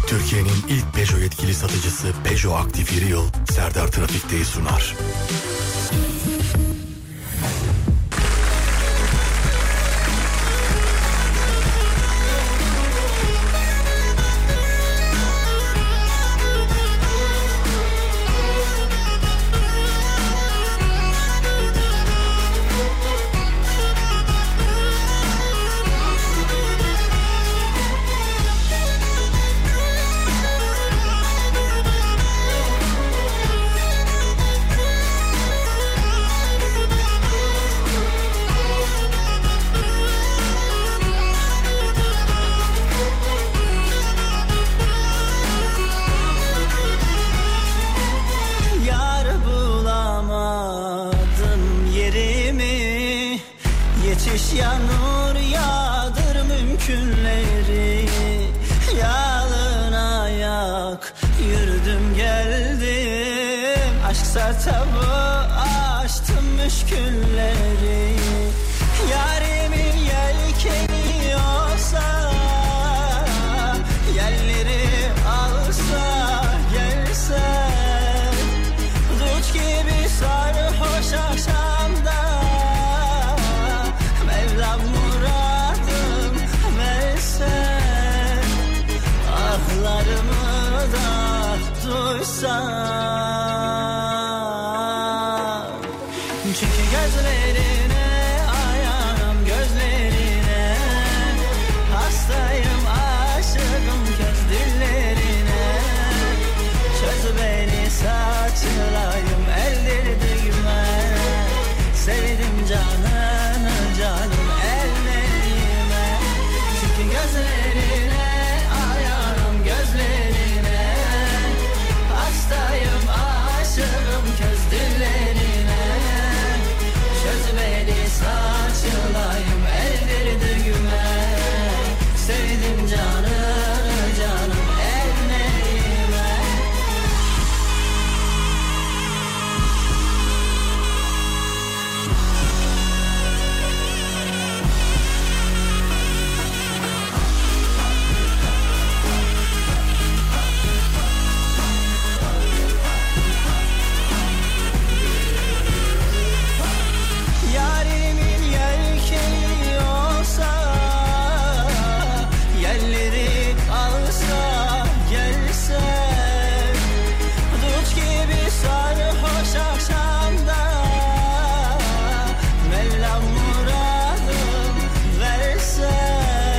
Türkiye'nin ilk Peugeot yetkili satıcısı Peugeot Aktif Yeri Yıl Serdar Trafik'teyi sunar. Yağmur yağdır mümkünleri, yalın ayak yürüdüm geldim, aşksa tabu açtım müşkülleri. Yarimin yelkeni olsa, yerleri alsa gelse, duç gibi sarhoş akşamda Mevlam muradım verse, ahlarımı da duysa. Çünkü gözlerine ayanım, gözlerine hastayım, aşığım köz dillerine. Çöz beni saçılayım ellerime, sevdim canını canım ellerime. Çünkü gözlerine ayanım, gözlerine hastayım, aşığım köz dillerine. Çöz beni saçılayım ellerime, sevdim canını canım ellerime. Yarimin yelkeni olsa, yerleri alsa gelse, duç gibi sarhoş akşamda Mevlam muradım verse,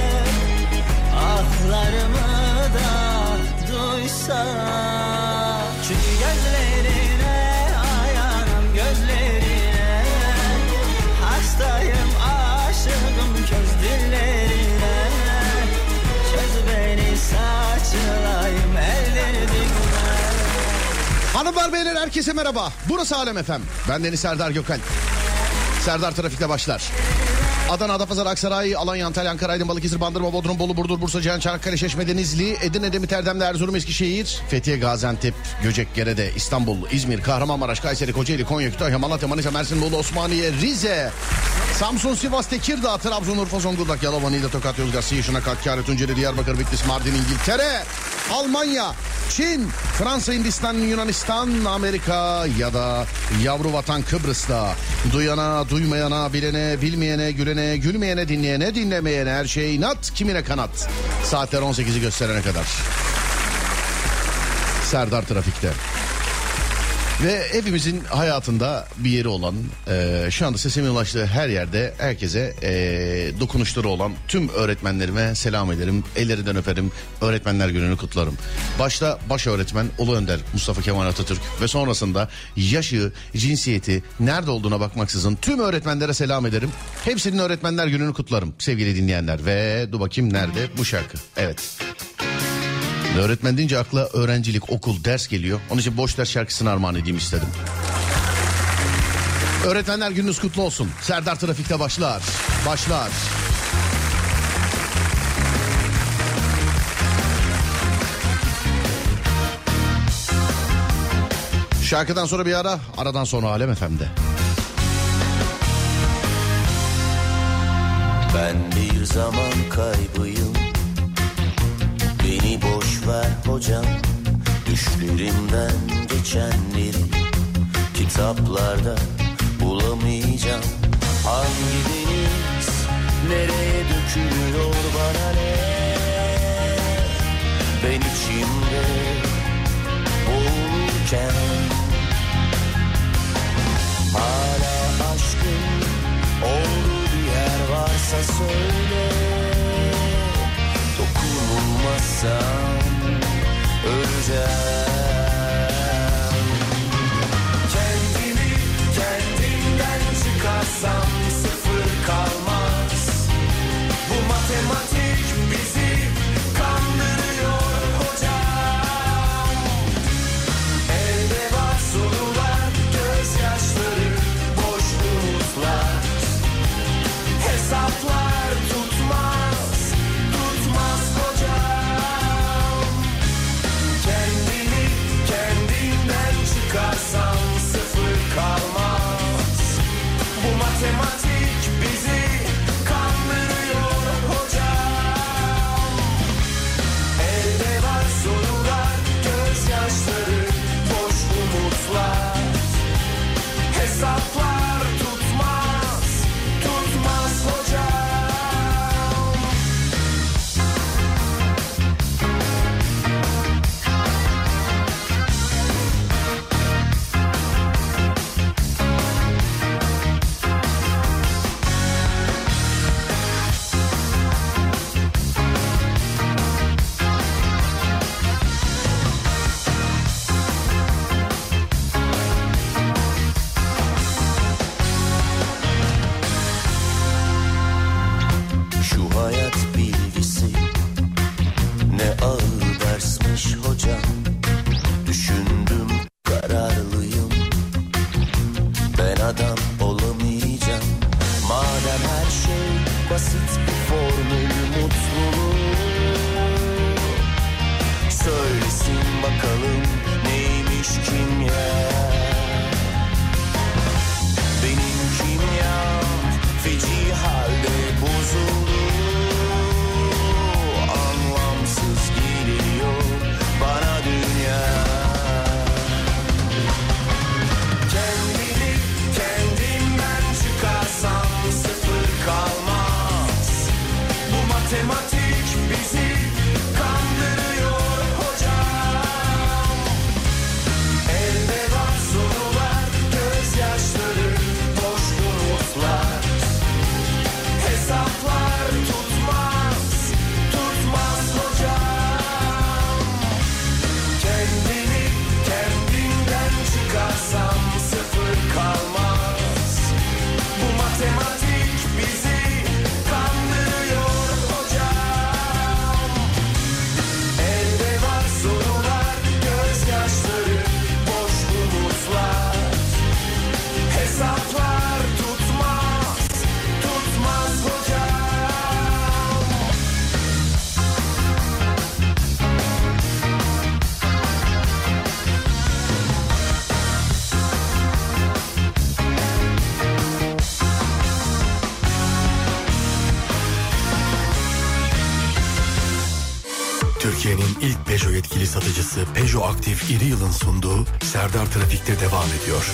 ahlarımı da duysa. Çünkü gözlerine ayanım, gözlerine hastayım, aşığım köz dillerine. Çöz beni saçılayım ellerime. Hanımlar beyler herkese merhaba. Burası Alem FM. Ben Deniz Serdar Gökalp. Serdar Trafik'te başlar. Adana, Adapazarı, Aksaray, Alanya, Antalya, Ankara, Aydın, Balıkesir, Bandırma, Bodrum, Bolu, Burdur, Bursa, Ceyhan, Çanakkale, Çeşme, Denizli, Edirne, Demit, Erdemli, Erzurum, Eskişehir, Fethiye, Gaziantep, Göcek, Gerede, İstanbul, İzmir, Kahramanmaraş, Kayseri, Kocaeli, Konya, Kütahya, Malatya, Manisa, Mersin, Bolu, Osmaniye, Rize, Samsun, Sivas, Tekirdağ, Trabzon, Urfa, Zonguldak, Yalova, Niğde, Tokat, Yozgat, Siyişinak, Hakkari, Tunceli, Diyarbakır, Bitlis, Mardin, İngiltere, Almanya, Çin, Fransa, Hindistan, Yunanistan, Amerika ya da yavru vatan Kıbrıs'ta. Duyana, duymayana, bilene, bilmeyene, gülene, gülmeyene, dinleyene, dinlemeyene her şey inat, kimine kanat. Saatler 18'i gösterene kadar. Serdar Trafik'te. Ve hepimizin hayatında bir yeri olan, şu anda sesimin ulaştığı her yerde herkese dokunuşları olan tüm öğretmenlerime selam ederim. Ellerinden öperim. Öğretmenler Günü'nü kutlarım. Başta baş öğretmen Ulu Önder Mustafa Kemal Atatürk ve sonrasında yaşı, cinsiyeti, nerede olduğuna bakmaksızın tüm öğretmenlere selam ederim. Hepsinin Öğretmenler Günü'nü kutlarım sevgili dinleyenler. Ve dur bakayım nerede bu şarkı? Evet. Öğretmen deyince akla öğrencilik, okul, ders geliyor. Onun için boş ders şarkısını armağan edeyim istedim. Öğretmenler Gününüz kutlu olsun. Serdar Trafik'te başlar. Başlar. Şarkıdan sonra bir ara, aradan sonra Alem FM'de. Ben bir zaman kaybıyım. Beni boş ver, hesaplarda bulamayacağım. Hangi deniz nereye dökülüyor bana ne? Ben içimde boğulurken hala aşkın olduğu bir yer varsa söyle. Dokunulmazsam öleceğim. Kendimi kendimden çıkarsam sıfır kalmaz. Bu matematik bizi kandırıyor hocam. Elde var sorular, gözyaşları, boş umutlar. Hesaplar tutmaz, tutmaz hocam. Kendimi kendimden çıkarsam sıfır kalmaz. Bu matematik bizi kandırıyor hocam. Elde var sorular, gözyaşları, boş umutlar. Hesaplar tutmaz, tutmaz hocam. Şu hayat bilgisi ne ağır dersmiş hocam. Düşündüm kararlıyım, ben adam olamayacağım. Madem her şey basit bir formül mutluluğu, söylesin bakalım neymiş kimya. Benim kimyam feci halde bozuldu. Anlamsız geliyor bana dünya. Kendimi kendimden çıkarsam sıfır kalmaz. Bu matematik bizi kandırıyor hocam. Elde var sorular, gözyaşları, boş umutlar. Hesaplar tutmaz, tutmaz hocam. Kendimi kendimden çıkarsam sıfır kalmaz. Bu matematik bizi kandırıyor hocam. Elde var sorular, gözyaşları, boş umutlar. Hesaplar tutmaz, tutmaz hocam. Türkiye'nin ilk Peugeot yetkili satıcısı Peugeot Aktif İri Yıl'ın sunduğu Serdar Trafik'te devam ediyor.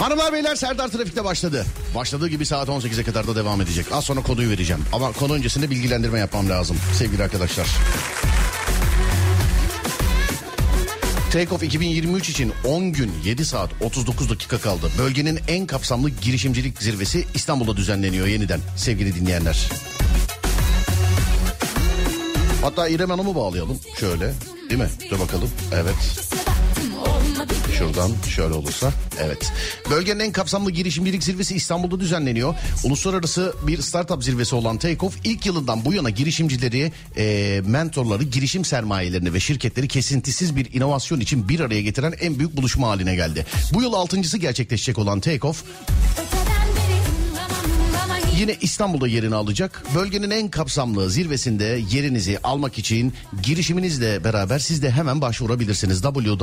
Hanımlar beyler, Serdar Trafik'te başladı. Başladığı gibi saat 18'e kadar da devam edecek. Az sonra konuyu vereceğim. Ama konu öncesinde bilgilendirme yapmam lazım sevgili arkadaşlar. Take Off 2023 için 10 gün 7 saat 39 dakika kaldı. Bölgenin en kapsamlı girişimcilik zirvesi İstanbul'da düzenleniyor yeniden sevgili dinleyenler. Hatta İrem Hanım'ı bağlayalım şöyle, değil mi? Dur bakalım. Evet. Şuradan şöyle olursa. Evet. Bölgenin en kapsamlı girişimcilik zirvesi İstanbul'da düzenleniyor. Uluslararası bir startup zirvesi olan Take Off ilk yılından bu yana girişimcileri, mentorları, girişim sermayelerini ve şirketleri kesintisiz bir inovasyon için bir araya getiren en büyük buluşma haline geldi. Bu yıl 6.'sı gerçekleşecek olan Take Off yine İstanbul'da yerini alacak. Bölgenin en kapsamlı zirvesinde yerinizi almak için girişiminizle beraber siz de hemen başvurabilirsiniz.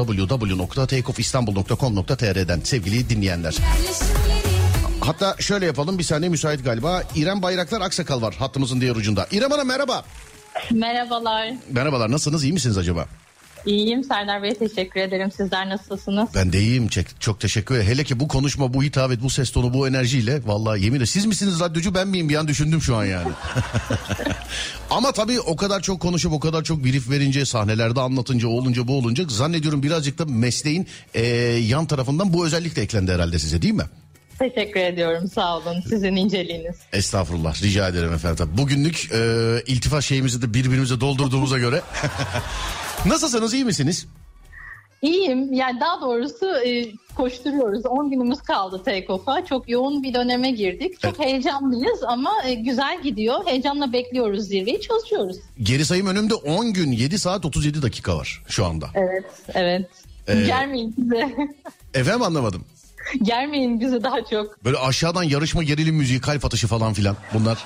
www.takeoffistanbul.com.tr'den sevgili dinleyenler. Hatta şöyle yapalım, bir saniye müsait galiba. İrem Bayraktar Aksakal var hattımızın diğer ucunda. İrem Hanım merhaba. Merhabalar. Merhabalar, nasılsınız, iyi misiniz acaba? İyiyim Serdar Bey, teşekkür ederim. Sizler nasılsınız? Ben de iyiyim, çok teşekkür ederim. Hele ki bu konuşma, bu hitabet, bu ses tonu, bu enerjiyle vallahi yemin ederim. Siz misiniz radyocu, ben miyim bir an düşündüm şu an yani. Ama tabii o kadar çok konuşup o kadar çok brief verince, sahnelerde anlatınca, olunca bu olunca zannediyorum birazcık da mesleğin yan tarafından bu özellik de eklendi herhalde size, değil mi? Teşekkür ediyorum, sağ olun, sizin inceliğiniz. Estağfurullah, rica ederim efendim. Bugünlük iltifat şeyimizi de birbirimize doldurduğumuza göre. Nasılsınız, iyi misiniz? İyiyim, yani daha doğrusu koşturuyoruz. 10 günümüz kaldı Take Off'a. Çok yoğun bir döneme girdik. Çok heyecanlıyız ama güzel gidiyor. Heyecanla bekliyoruz zirveyi, çalışıyoruz. Geri sayım önümde 10 gün 7 saat 37 dakika var şu anda. Evet. Germeyin bize. Efendim, anlamadım. Germeyin bizi daha çok. Böyle aşağıdan yarışma, gerilim müziği, kalp atışı falan filan bunlar.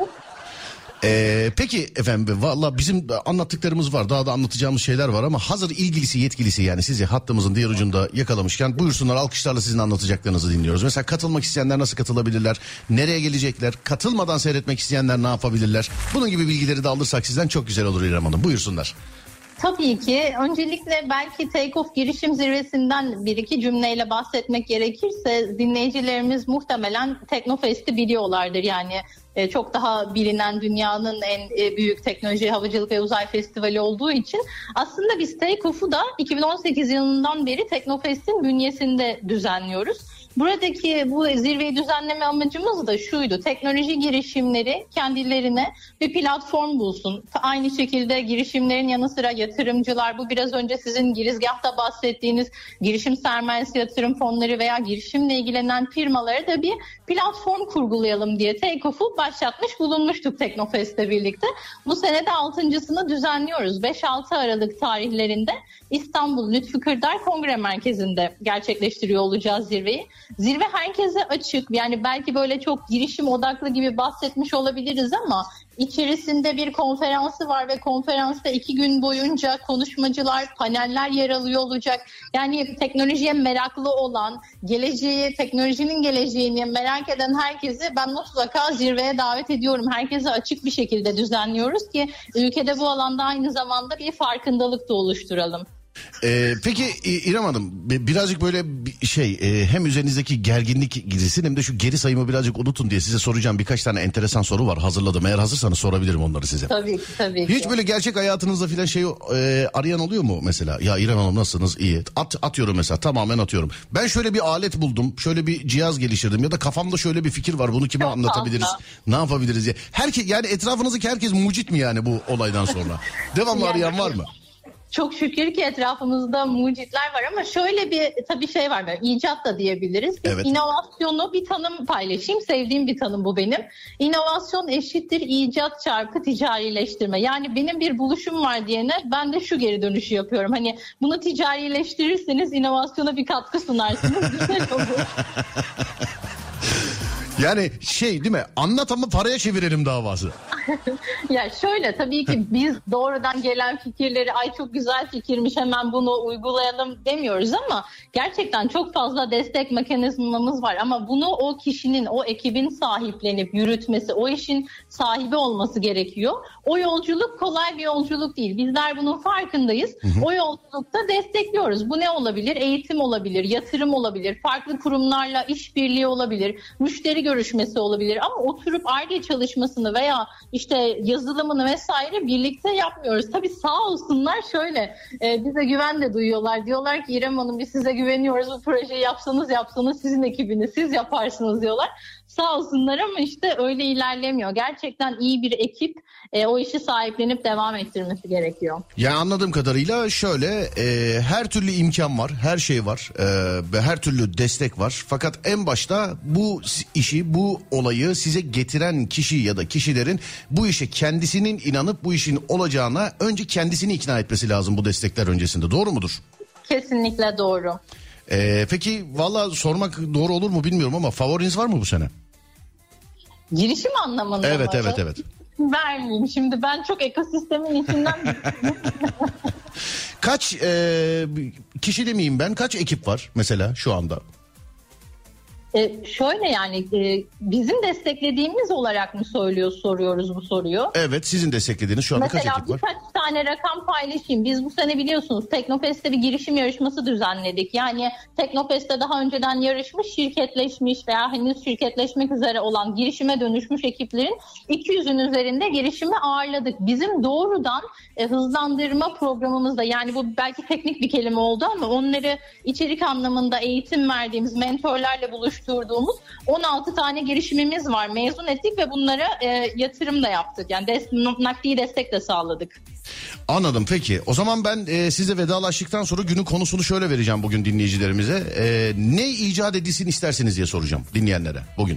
Peki efendim, valla bizim anlattıklarımız var, daha da anlatacağımız şeyler var ama hazır ilgilisi yetkilisi, yani sizi hattımızın diğer ucunda yakalamışken buyursunlar, alkışlarla sizin anlatacaklarınızı dinliyoruz. Mesela katılmak isteyenler nasıl katılabilirler, nereye gelecekler, katılmadan seyretmek isteyenler ne yapabilirler, bunun gibi bilgileri de alırsak sizden çok güzel olur İrem Hanım, buyursunlar. Tabii ki. Öncelikle belki Take Off girişim zirvesinden bir iki cümleyle bahsetmek gerekirse dinleyicilerimiz muhtemelen Teknofest'i biliyorlardır. Yani çok daha bilinen, dünyanın en büyük teknoloji, havacılık ve uzay festivali olduğu için aslında biz Take Off'u da 2018 yılından beri Teknofest'in bünyesinde düzenliyoruz. Buradaki bu zirveyi düzenleme amacımız da şuydu: teknoloji girişimleri kendilerine bir platform bulsun. Aynı şekilde girişimlerin yanı sıra yatırımcılar, bu biraz önce sizin girizgahta bahsettiğiniz girişim sermayesi yatırım fonları veya girişimle ilgilenen firmalara da bir platform kurgulayalım diye Take Off'u başlatmış bulunmuştuk Teknofest'le birlikte. Bu sene de 6.'sını düzenliyoruz. 5-6 Aralık tarihlerinde İstanbul Lütfü Kırdar Kongre Merkezi'nde gerçekleştiriyor olacağız zirveyi. Zirve herkese açık. Yani belki böyle çok girişim odaklı gibi bahsetmiş olabiliriz ama içerisinde bir konferansı var ve konferansta 2 gün boyunca konuşmacılar, paneller yer alıyor olacak. Yani teknolojiye meraklı olan, geleceği, teknolojinin geleceğini merak eden herkesi ben mutlaka zirveye davet ediyorum. Herkese açık bir şekilde düzenliyoruz ki ülkede bu alanda aynı zamanda bir farkındalık da oluşturalım. Peki İrem Hanım, birazcık böyle hem üzerinizdeki gerginlik gidesin hem de şu geri sayımı birazcık unutun diye size soracağım birkaç tane enteresan soru var, hazırladım. Eğer hazırsanız sorabilirim onları size. Tabii ki. Hiç böyle gerçek hayatınızda filan arayan oluyor mu mesela? Ya İrem Hanım nasılsınız? İyi. Atıyorum mesela, tamamen atıyorum. Ben şöyle bir alet buldum, şöyle bir cihaz geliştirdim ya da kafamda şöyle bir fikir var, bunu kime anlatabiliriz? Ne yapabiliriz diye. Herkes, yani etrafınızdaki herkes mucit mi yani bu olaydan sonra? Devamlı arayan var mı? Çok şükür ki etrafımızda mucitler var ama şöyle bir tabii şey var, böyle icat da diyebiliriz. Evet. İnovasyonu bir tanım paylaşayım. Sevdiğim bir tanım bu benim. İnovasyon eşittir icat çarpı ticarileştirme. Yani benim bir buluşum var diyene ben de şu geri dönüşü yapıyorum. Hani bunu ticarileştirirseniz inovasyona bir katkı sunarsınız. Güzel olur. Yani değil mi? Anlat ama paraya çevirelim davası. Ya şöyle, tabii ki biz doğrudan gelen fikirleri ay çok güzel fikirmiş hemen bunu uygulayalım demiyoruz ama gerçekten çok fazla destek mekanizmamız var ama bunu o kişinin, o ekibin sahiplenip yürütmesi, o işin sahibi olması gerekiyor. O yolculuk kolay bir yolculuk değil. Bizler bunun farkındayız. O yolculukta destekliyoruz. Bu ne olabilir? Eğitim olabilir, yatırım olabilir, farklı kurumlarla işbirliği olabilir, müşteri görüşmesi olabilir ama oturup Ar-Ge çalışmasını veya işte yazılımını vesaire birlikte yapmıyoruz. Tabii sağ olsunlar şöyle bize güven de duyuyorlar. Diyorlar ki İrem Hanım biz size güveniyoruz. Bu projeyi yapsanız sizin ekibiniz siz yaparsınız diyorlar. Sağ olsunlar ama işte öyle ilerlemiyor. Gerçekten iyi bir ekip o işi sahiplenip devam ettirmesi gerekiyor. Yani anladığım kadarıyla şöyle her türlü imkan var, her şey var ve her türlü destek var. Fakat en başta bu işi, bu olayı size getiren kişi ya da kişilerin bu işe kendisinin inanıp bu işin olacağına önce kendisini ikna etmesi lazım bu destekler öncesinde. Doğru mudur? Kesinlikle doğru. Peki valla sormak doğru olur mu bilmiyorum ama favoriniz var mı bu sene? Girişim anlamında mı? Evet. Vermeyeyim. Şimdi ben çok ekosistemin içinden... Kaç kişi demeyeyim ben, kaç ekip var mesela şu anda? Şöyle yani bizim desteklediğimiz olarak mı soruyoruz bu soruyu? Evet, sizin desteklediğiniz şu anda kaç ekip var? Mesela birkaç tane rakam paylaşayım. Biz bu sene biliyorsunuz Teknofest'te bir girişim yarışması düzenledik. Yani Teknofest'te daha önceden yarışmış, şirketleşmiş veya henüz şirketleşmek üzere olan girişime dönüşmüş ekiplerin 200'ün üzerinde girişimi ağırladık. Bizim doğrudan hızlandırma programımızda, yani bu belki teknik bir kelime oldu ama onları içerik anlamında eğitim verdiğimiz mentorlarla buluşturduğumuz 16 tane girişimimiz var. Mezun ettik ve bunlara yatırım da yaptık. Yani nakdi destek de sağladık. Anladım, peki. O zaman ben size vedalaştıktan sonra günün konusunu şöyle vereceğim bugün dinleyicilerimize. Ne icat edilsin istersiniz diye soracağım dinleyenlere bugün.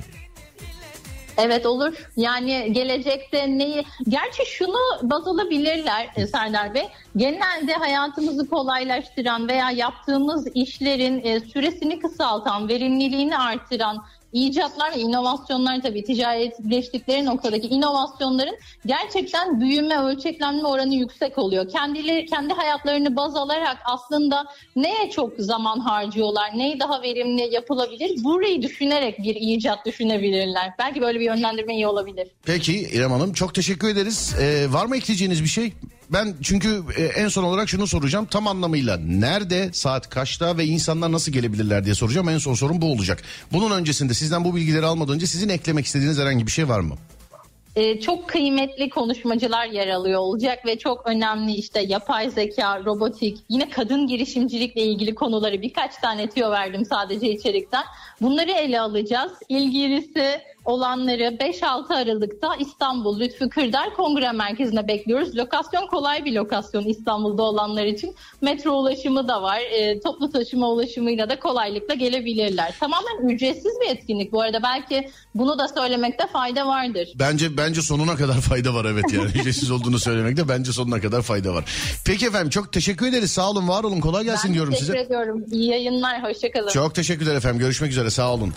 Evet, olur. Yani gelecekte neyi... Gerçi şunu baz alabilirler Serdar Bey. Genelde hayatımızı kolaylaştıran veya yaptığımız işlerin süresini kısaltan, verimliliğini artıran icatlar ve inovasyonlar, tabii ticaretleştikleri noktadaki inovasyonların gerçekten büyüme, ölçeklenme oranı yüksek oluyor. Kendi hayatlarını baz alarak aslında neye çok zaman harcıyorlar, neyi daha verimli yapılabilir, burayı düşünerek bir icat düşünebilirler. Belki böyle bir yönlendirme iyi olabilir. Peki İrem Hanım, çok teşekkür ederiz. Var mı ekleyeceğiniz bir şey? Ben çünkü en son olarak şunu soracağım. Tam anlamıyla nerede, saat kaçta ve insanlar nasıl gelebilirler diye soracağım. En son sorum bu olacak. Bunun öncesinde sizden bu bilgileri almadan önce sizin eklemek istediğiniz herhangi bir şey var mı? Çok kıymetli konuşmacılar yer alıyor olacak ve çok önemli işte yapay zeka, robotik, yine kadın girişimcilikle ilgili konuları birkaç tane tüyo verdim sadece içerikten. Bunları ele alacağız. İlgilisi olanları 5-6 Aralık'ta İstanbul Lütfü Kırdar Kongre Merkezi'ne bekliyoruz. Lokasyon kolay bir lokasyon İstanbul'da olanlar için. Metro ulaşımı da var. Toplu taşıma ulaşımıyla da kolaylıkla gelebilirler. Tamamen ücretsiz bir etkinlik bu arada. Belki bunu da söylemekte fayda vardır. Bence sonuna kadar fayda var, evet yani. Ücretsiz olduğunu söylemekte bence sonuna kadar fayda var. Peki efendim, çok teşekkür ederiz. Sağ olun, var olun. Kolay gelsin diyorum size. Ben teşekkür ediyorum. İyi yayınlar. Hoşçakalın. Çok teşekkürler efendim. Görüşmek üzere. Sağ olun.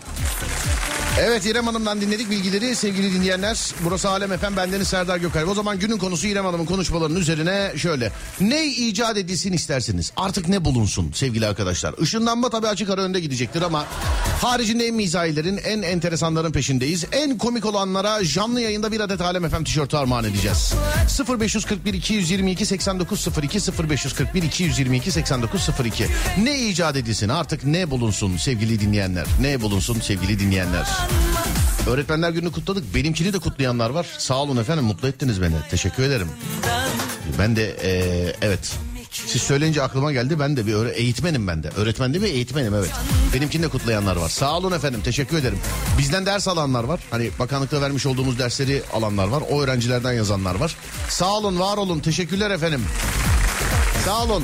Evet, İrem Hanım'dan dinledik bilgileri sevgili dinleyenler. Burası Alem FM, bendeniz Serdar Gökalp. O zaman günün konusu İrem Hanım'ın konuşmalarının üzerine şöyle. Ne icat edilsin istersiniz? Artık ne bulunsun sevgili arkadaşlar? Işınlanma tabii açık ara önde gidecektir ama haricinde en mizahilerin, en enteresanların peşindeyiz. En komik olanlara canlı yayında bir adet Alem FM tişörtü armağan edeceğiz. 0541 222 8902 0541 222 8902. Ne icat edilsin? Artık ne bulunsun sevgili dinleyenler? Ne bulunsun sevgili dinleyenler? Öğretmenler Günü'nü kutladık. Benimkini de kutlayanlar var. Sağ olun efendim, mutlu ettiniz beni. Teşekkür ederim. Ben de evet. Siz söyleyince aklıma geldi. Ben de bir eğitmenim ben de. Öğretmen değil mi? Eğitmenim, evet. Benimkini de kutlayanlar var. Sağ olun efendim. Teşekkür ederim. Bizden ders alanlar var. Hani bakanlıkta vermiş olduğumuz dersleri alanlar var. O öğrencilerden yazanlar var. Sağ olun, var olun. Teşekkürler efendim. Sağ olun.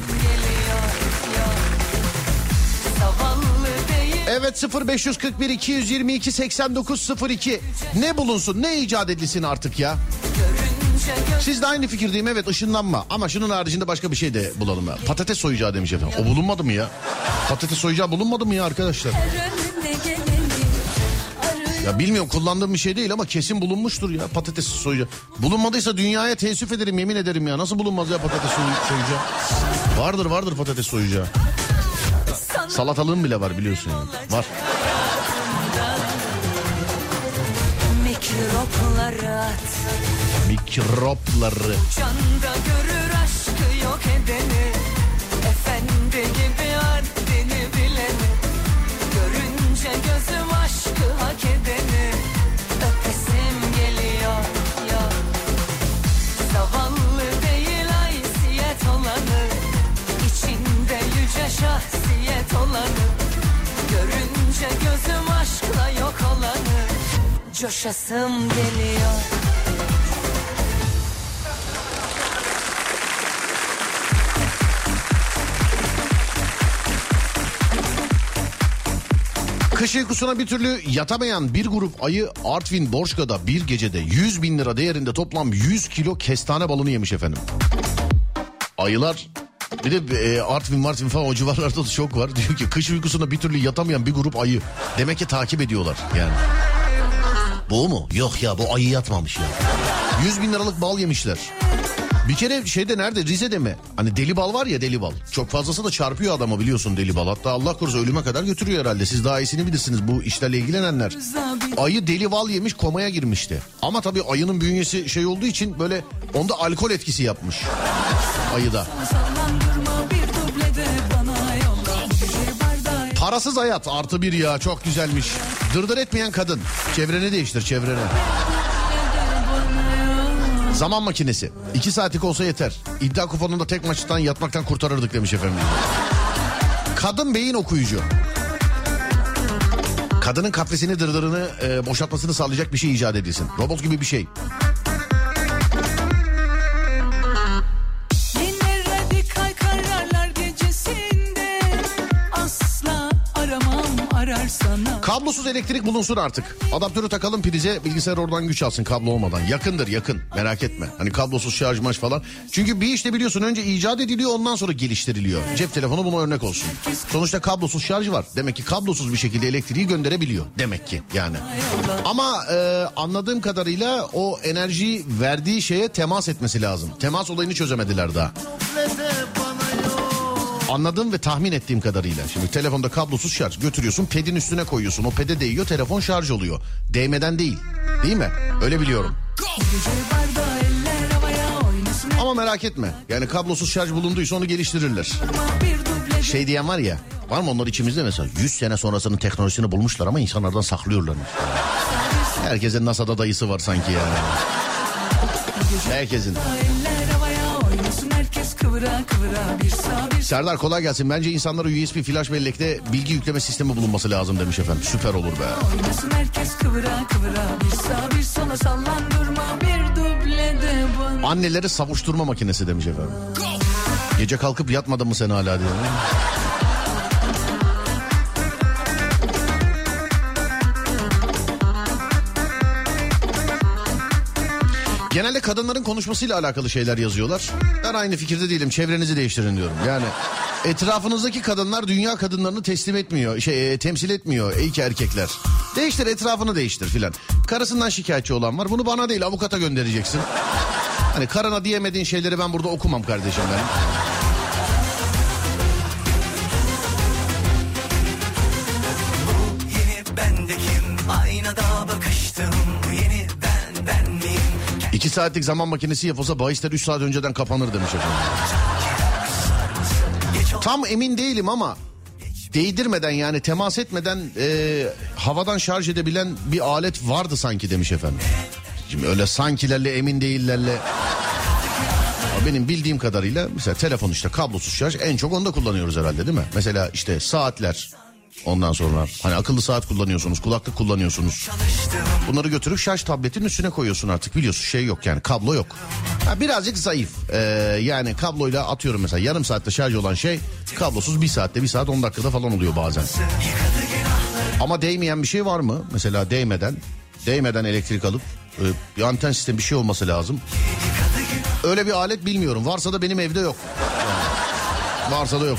Evet, 0541 222 8902. Ne bulunsun, ne icat edilsin artık ya? Siz de aynı fikirdeyim, evet, ışınlanma. Ama şunun haricinde başka bir şey de bulalım ya. Patates soyacağı demiş efendim. O bulunmadı mı ya? Patates soyacağı bulunmadı mı ya arkadaşlar? Ya bilmiyorum, kullandığım bir şey değil ama kesin bulunmuştur ya patates soyacağı. Bulunmadıysa dünyaya teessüf ederim, yemin ederim ya. Nasıl bulunmaz ya patates soyacağı? Vardır patates soyacağı. Salatalığım bile var biliyorsun yani. Var. Mikropları at. Mikropları. Canda görür aşkı yok edeni. Efendi gibi haddini bileni. Görünce gözüm aşkı hak edeni. Öpesim geliyor ya. Zavallı değil haysiyet olanı. İçinde yüce şahsiyet olanı. Görünce gözüm aşkla yok olanı. Coşasım geliyor. Kış uykusuna bir türlü yatamayan bir grup ayı Artvin Borçka'da bir gecede 100 bin lira değerinde toplam 100 kilo kestane balını yemiş efendim. Ayılar, bir de Artvin falan o civarlarda da çok var. Diyor ki kış uykusuna bir türlü yatamayan bir grup ayı. Demek ki takip ediyorlar yani. Bu mu? Yok ya, bu ayı yatmamış ya. 100 bin liralık bal yemişler. Bir kere şeyde, nerede, Rize'de mi? Hani deli bal var ya, deli bal. Çok fazlası da çarpıyor adamı biliyorsun deli bal. Hatta Allah korusun ölüme kadar götürüyor herhalde. Siz daha iyisini bilirsiniz bu işlerle ilgilenenler. Ayı deli bal yemiş, komaya girmişti. Ama tabii ayının bünyesi şey olduğu için böyle onda alkol etkisi yapmış. Ayıda. Parasız hayat +1 ya, çok güzelmiş. Dırdır etmeyen kadın. Çevreni değiştir, çevreni. Zaman makinesi. 2 saatlik olsa yeter. İddia kuponunda tek maçtan yatmaktan kurtarırdık demiş efendim. Kadın beyin okuyucu. Kadının kafesini, dırdırını boşaltmasını sağlayacak bir şey icat edilsin. Robot gibi bir şey. Kablosuz elektrik bulunsun artık. Adaptörü takalım prize, bilgisayar oradan güç alsın kablo olmadan. Yakındır, yakın, merak etme. Hani kablosuz şarj maç falan. Çünkü bir işte biliyorsun önce icat ediliyor, ondan sonra geliştiriliyor. Cep telefonu buna örnek olsun. Sonuçta kablosuz şarj var. Demek ki kablosuz bir şekilde elektriği gönderebiliyor. Demek ki yani. Ama anladığım kadarıyla o enerjiyi verdiği şeye temas etmesi lazım. Temas olayını çözemediler daha. Anladığım ve tahmin ettiğim kadarıyla. Şimdi telefonda kablosuz şarj götürüyorsun, pedin üstüne koyuyorsun. O pede değiyor, telefon şarj oluyor. Değmeden değil. Değil mi? Öyle biliyorum. Ama merak etme. Yani kablosuz şarj bulunduysa onu geliştirirler. Şey diyen var ya. Var mı onlar içimizde mesela? 100 sene sonrasının teknolojisini bulmuşlar ama insanlardan saklıyorlarmış. Herkesin NASA'da dayısı var sanki ya. Herkesin. Serdar kolay gelsin. Bence insanlara USB flash bellekte bilgi yükleme sistemi bulunması lazım demiş efendim. Süper olur be. Anneleri savuşturma makinesi demiş efendim. Gece kalkıp yatmadın mı sen hala diyor. Genelde kadınların konuşmasıyla alakalı şeyler yazıyorlar. Ben aynı fikirde değilim. Çevrenizi değiştirin diyorum. Yani etrafınızdaki kadınlar dünya kadınlarını temsil etmiyor ey ki erkekler. Değiştir, etrafını değiştir filan. Karısından şikayetçi olan var. Bunu bana değil, avukata göndereceksin. Hani karına diyemediğin şeyleri ben burada okumam kardeşim ben. Bu yeni bendekim, aynada bakıştım. Bu yeni ben miyim? 2 saatlik zaman makinesi yapılsa bahisler 3 saat önceden kapanır demiş efendim. Tam emin değilim ama değdirmeden, yani temas etmeden havadan şarj edebilen bir alet vardı sanki demiş efendim. Şimdi öyle sankilerle, emin değillerle. Benim bildiğim kadarıyla mesela telefon işte kablosuz şarj, en çok onda kullanıyoruz herhalde değil mi? Mesela işte saatler, ondan sonra hani akıllı saat kullanıyorsunuz, kulaklık kullanıyorsunuz. Bunları götürüp şarj tabletin üstüne koyuyorsun artık, biliyorsun şey yok yani, kablo yok. Birazcık zayıf yani kabloyla atıyorum mesela yarım saatte şarj olan şey kablosuz 1 saatte, 1 saat 10 dakikada falan oluyor bazen. Ama değmeyen bir şey var mı? Mesela değmeden elektrik alıp bir anten sistemi bir şey olması lazım. Öyle bir alet bilmiyorum. Varsa da benim evde yok. Yani varsa da yok.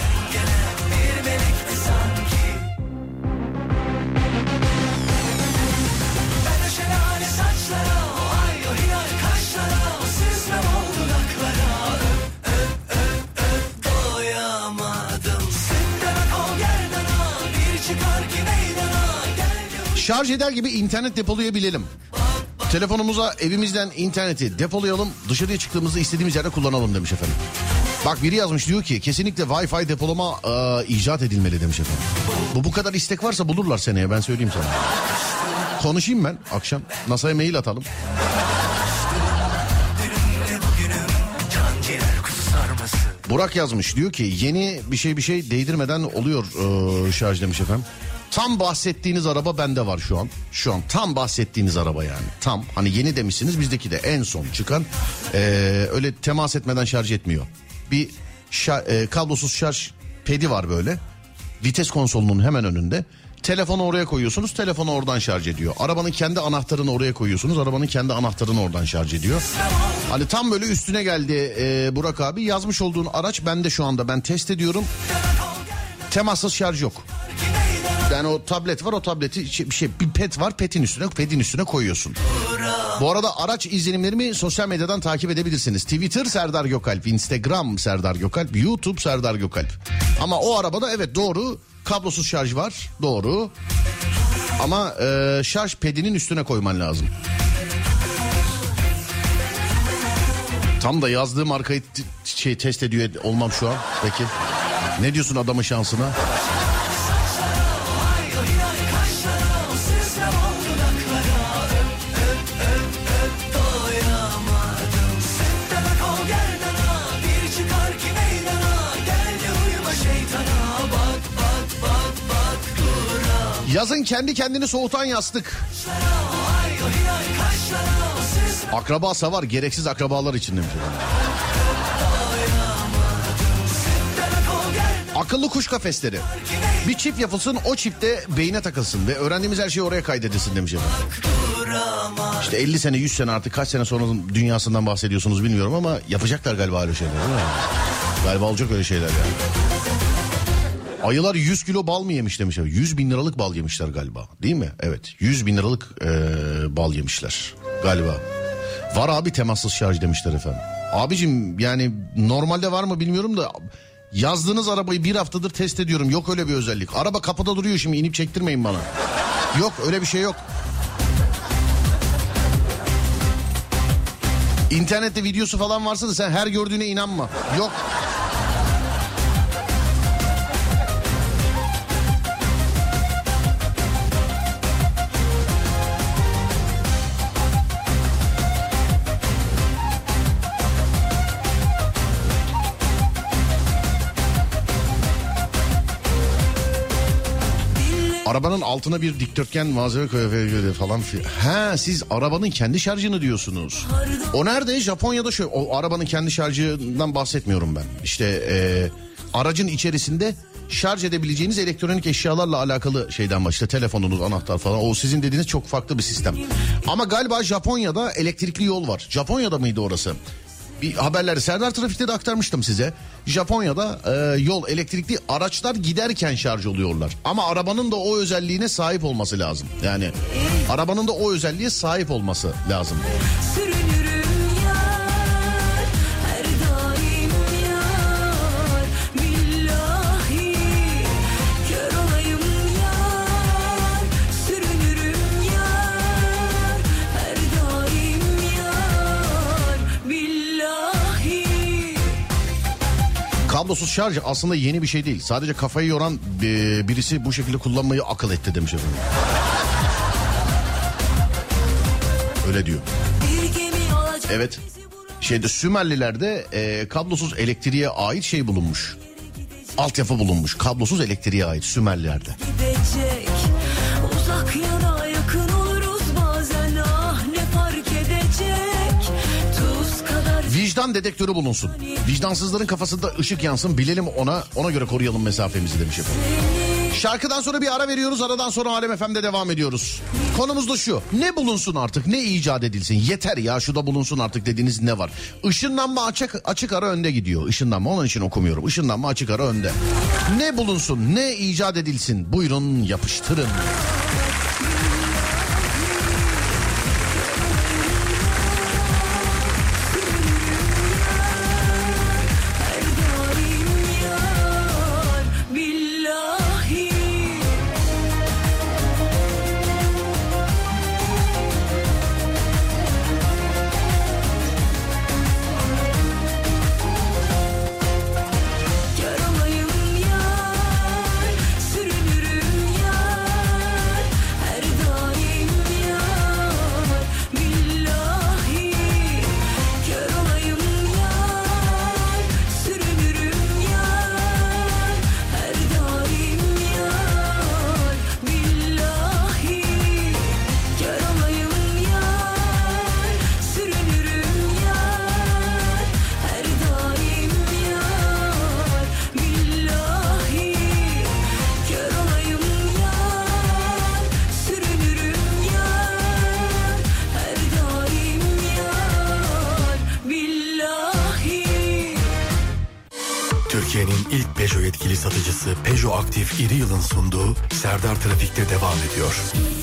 Şarj eder gibi internet depolayabilelim. Telefonumuza evimizden interneti depolayalım. Dışarıya çıktığımızda istediğimiz yerde kullanalım demiş efendim. Bak biri yazmış, diyor ki kesinlikle Wi-Fi depolama icat edilmeli demiş efendim. Bu kadar istek varsa bulurlar seneye, ben söyleyeyim sana. Konuşayım ben akşam. NASA'ya mail atalım. Burak yazmış, diyor ki yeni bir şey değdirmeden oluyor şarj demiş efendim. Tam bahsettiğiniz araba bende var şu an. Şu an tam bahsettiğiniz araba yani. Tam hani yeni demişsiniz, bizdeki de en son çıkan öyle temas etmeden şarj etmiyor. Bir kablosuz şarj pedi var böyle. Vites konsolunun hemen önünde. Telefonu oraya koyuyorsunuz, telefonu oradan şarj ediyor. Arabanın kendi anahtarını oraya koyuyorsunuz, arabanın kendi anahtarını oradan şarj ediyor. Hani tam böyle üstüne geldi Burak abi, yazmış olduğun araç bende şu anda, ben test ediyorum. Temassız şarj yok. Yani o tablet var, o tableti bir pet var, pedin üstüne koyuyorsun. Bu arada araç izlenimlerimi sosyal medyadan takip edebilirsiniz. Twitter Serdar Gökalp, Instagram Serdar Gökalp, YouTube Serdar Gökalp. Ama o arabada evet doğru kablosuz şarj var, doğru. Ama şarj pedinin üstüne koyman lazım. Tam da yazdığım markayı test ediyor olmam şu an. Peki ne diyorsun adamın şansına? Yazın kendi kendini soğutan yastık. Akrabası var, gereksiz akrabalar için demiş. Akıllı kuş kafesleri. Bir çip yapılsın, o çipte beyne takılsın ve öğrendiğimiz her şey oraya kaydedilsin demiş efendim. İşte 50 sene 100 sene artık kaç sene sonra dünyasından bahsediyorsunuz bilmiyorum ama yapacaklar galiba öyle şeyler değil mi? Galiba olacak öyle şeyler yani. Ayılar 100 kilo bal mı yemiş demiş. 100 bin liralık bal yemişler galiba değil mi? Evet 100 bin liralık bal yemişler galiba. Var abi temassız şarj demişler efendim. Abicim yani normalde var mı bilmiyorum da yazdığınız arabayı bir haftadır test ediyorum. Yok öyle bir özellik. Araba kapıda duruyor, şimdi inip çektirmeyin bana. Yok öyle bir şey yok. İnternette videosu falan varsa da sen her gördüğüne inanma. Yok. Arabanın altına bir dikdörtgen malzeme koyuyor falan. Ha siz arabanın kendi şarjını diyorsunuz. O nerede? Japonya'da şöyle. O arabanın kendi şarjından bahsetmiyorum ben. İşte aracın içerisinde şarj edebileceğiniz elektronik eşyalarla alakalı şeyden başta. Telefonunuz, anahtar falan. O sizin dediğiniz çok farklı bir sistem. Ama galiba Japonya'da elektrikli yol var. Japonya'da mıydı orası? Bir haberleri Serdar Trafik'te de aktarmıştım size. Japonya'da yol elektrikli araçlar giderken şarj oluyorlar. Ama arabanın da o özelliğine sahip olması lazım. Yani arabanın da o özelliğe sahip olması lazım. Kablosuz şarj aslında yeni bir şey değil. Sadece kafayı yoran birisi bu şekilde kullanmayı akıl etti demiş efendim. Öyle diyor. Evet. Sümerlilerde kablosuz elektriğe ait şey bulunmuş. Altyapı bulunmuş. Kablosuz elektriğe ait Sümerlilerde. Gidecek, uzak yana yakın oluruz bazen, ah ne fark edecek. Tuz kadar... Vicdan dedektörü bulunsun. Vicdansızların kafasında ışık yansın, bilelim ona göre koruyalım mesafemizi demiş efendim. Şarkıdan sonra bir ara veriyoruz, aradan sonra Alem FM'de devam ediyoruz. Konumuz da şu: ne bulunsun artık, ne icat edilsin, yeter ya şu da bulunsun artık dediğiniz ne var? Işınlanma açık ara önde gidiyor. Işınlanma, onun için okumuyorum. Işınlanma açık ara önde. Ne bulunsun, ne icat edilsin, buyurun yapıştırın. Peugeot yetkili satıcısı Peugeot Aktif İri Yıl'ın sunduğu Serdar Trafik'te devam ediyor.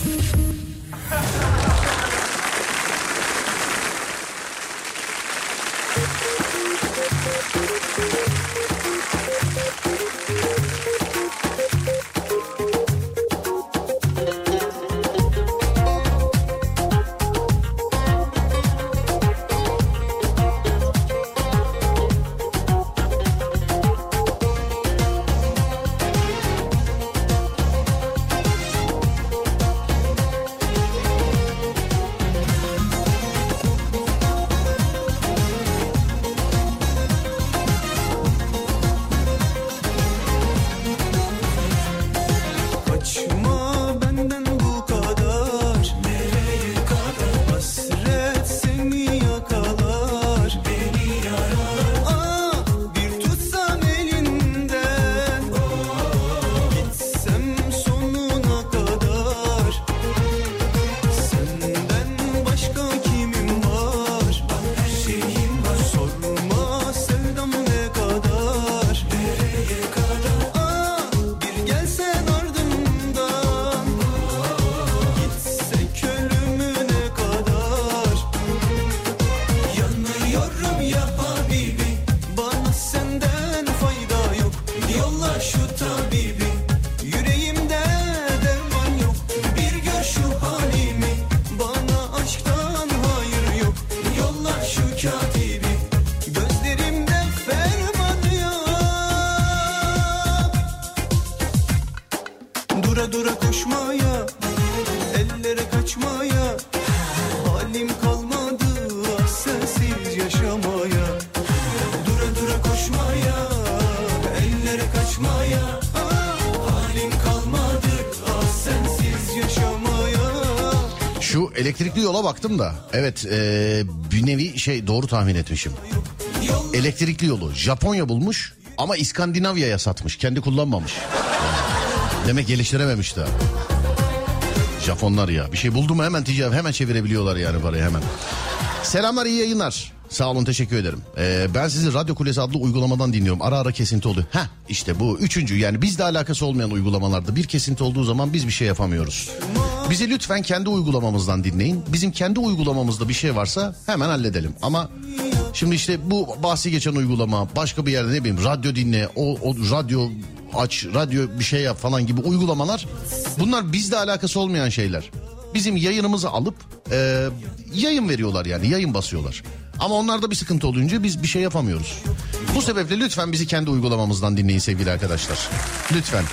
Elektrikli yola baktım da evet bir nevi doğru tahmin etmişim. Elektrikli yolu Japonya bulmuş ama İskandinavya'ya satmış, kendi kullanmamış. Demek geliştirememiş daha. Japonlar ya, bir şey buldu mu hemen çevirebiliyorlar yani parayı hemen. Selamlar, iyi yayınlar. Sağ olun, teşekkür ederim. Ben sizi Radyo Kulesi adlı uygulamadan dinliyorum. Ara ara kesinti oluyor. İşte bu üçüncü, yani bizle alakası olmayan uygulamalarda bir kesinti olduğu zaman biz bir şey yapamıyoruz. Bizi lütfen kendi uygulamamızdan dinleyin. Bizim kendi uygulamamızda bir şey varsa hemen halledelim. Ama şimdi işte bu bahsi geçen uygulama, başka bir yerde ne bileyim radyo dinle, o radyo aç, radyo bir şey yap falan gibi uygulamalar, bunlar bizle alakası olmayan şeyler. Bizim yayınımızı alıp yayın veriyorlar, yani yayın basıyorlar. Ama onlarda bir sıkıntı olunca biz bir şey yapamıyoruz. Bu sebeple lütfen bizi kendi uygulamamızdan dinleyin sevgili arkadaşlar. Lütfen.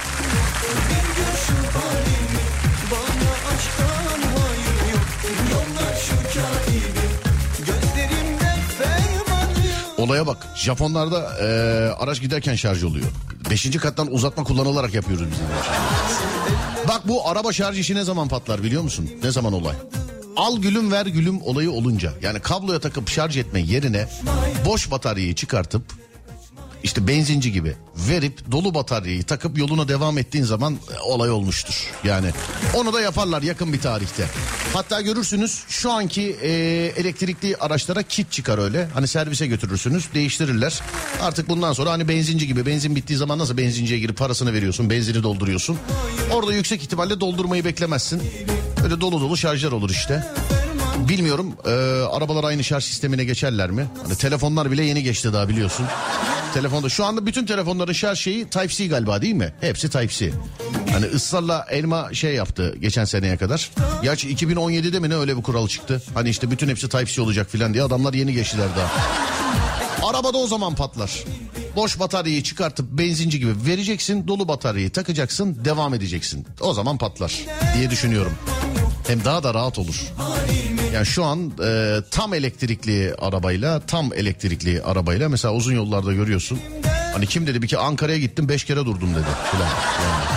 Olaya bak, Japonlarda araç giderken şarj oluyor. 5. kattan uzatma kullanılarak yapıyoruz biz. Bak, bu araba şarj işi ne zaman patlar biliyor musun? Ne zaman olay? Al gülüm ver gülüm olayı olunca, yani kabloya takıp şarj etme yerine boş bataryayı çıkartıp işte benzinci gibi verip dolu bataryayı takıp yoluna devam ettiğin zaman olay olmuştur. Yani onu da yaparlar yakın bir tarihte. Hatta görürsünüz şu anki elektrikli araçlara kit çıkar öyle. Hani servise götürürsünüz, değiştirirler. Artık bundan sonra hani benzinci gibi, benzin bittiği zaman nasıl benzinciye girip parasını veriyorsun, benzini dolduruyorsun. Orada yüksek ihtimalle doldurmayı beklemezsin. Öyle dolu dolu şarjlar olur işte. Bilmiyorum arabalar aynı şarj sistemine geçerler mi? Hani telefonlar bile yeni geçti daha, biliyorsun. Telefonda şu anda bütün telefonların şarj şeyi Type-C galiba, değil mi? Hepsi Type-C. Hani ısrarla elma yaptı geçen seneye kadar. Gerçi 2017'de mi ne öyle bir kural çıktı. Hani işte bütün hepsi Type-C olacak filan diye adamlar yeni geçtiler daha. Arabada o zaman patlar. Boş bataryayı çıkartıp benzinci gibi vereceksin, dolu bataryayı takacaksın, devam edeceksin. O zaman patlar diye düşünüyorum. Hem daha da rahat olur. Yani şu an tam elektrikli arabayla mesela uzun yollarda görüyorsun. Hani kim dedi bir ki Ankara'ya gittim 5 kere durdum dedi falan. Yani.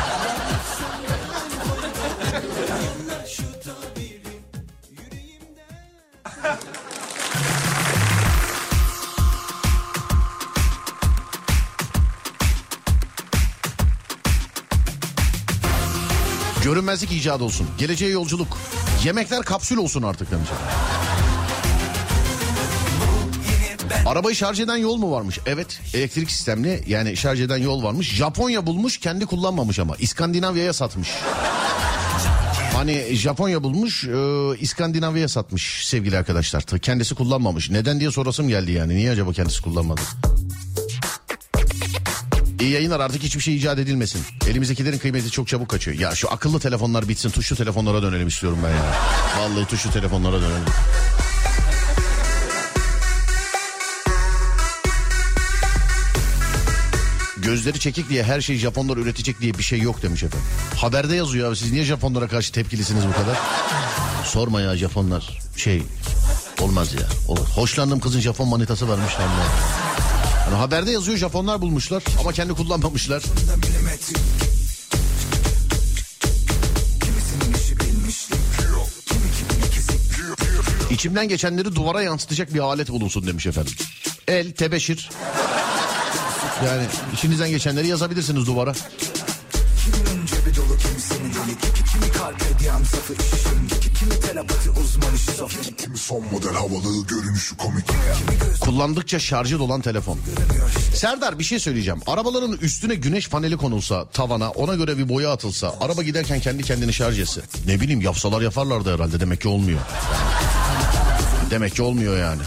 Görünmezlik icat olsun. Geleceğe yolculuk. Yemekler kapsül olsun artık demiş. Arabayı şarj eden yol mu varmış? Evet, elektrik sistemli, yani şarj eden yol varmış. Japonya bulmuş, kendi kullanmamış ama. İskandinavya'ya satmış. Hani Japonya bulmuş, İskandinavya'ya satmış sevgili arkadaşlar. Kendisi kullanmamış. Neden diye sorasım geldi yani. Niye acaba kendisi kullanmadı? İyi yayınlar, artık hiçbir şey icat edilmesin. Elimizdekilerin kıymeti çok çabuk kaçıyor. Ya şu akıllı telefonlar bitsin, tuşlu telefonlara dönelim istiyorum ben ya. Vallahi tuşlu telefonlara dönelim. Gözleri çekik diye her şeyi Japonlar üretecek diye bir şey yok demiş efendim. Haberde yazıyor abi, siz niye Japonlara karşı tepkilisiniz bu kadar? Sorma ya, Japonlar olmaz ya. Olur. Hoşlandığım kızın Japon manitası varmış lan. Yani haberde yazıyor, Japonlar bulmuşlar ama kendi kullanmamışlar. İçimden geçenleri duvara yansıtacak bir alet bulunsun demiş efendim. El, tebeşir. Yani içinizden geçenleri yazabilirsiniz duvara. Kimin cebi dolu, kimisinin delik, kimi kalp ediyan safı işin, kimi telepati uzman işi safı, kimi son model havalı görünüşü komik. Kullandıkça şarjı dolan telefon. Serdar, bir şey söyleyeceğim. Arabaların üstüne güneş paneli konulsa tavana, ona göre bir boya atılsa, araba giderken kendi kendini şarj etse. Ne bileyim, yapsalar yaparlardı herhalde, demek ki olmuyor. Demek ki olmuyor yani.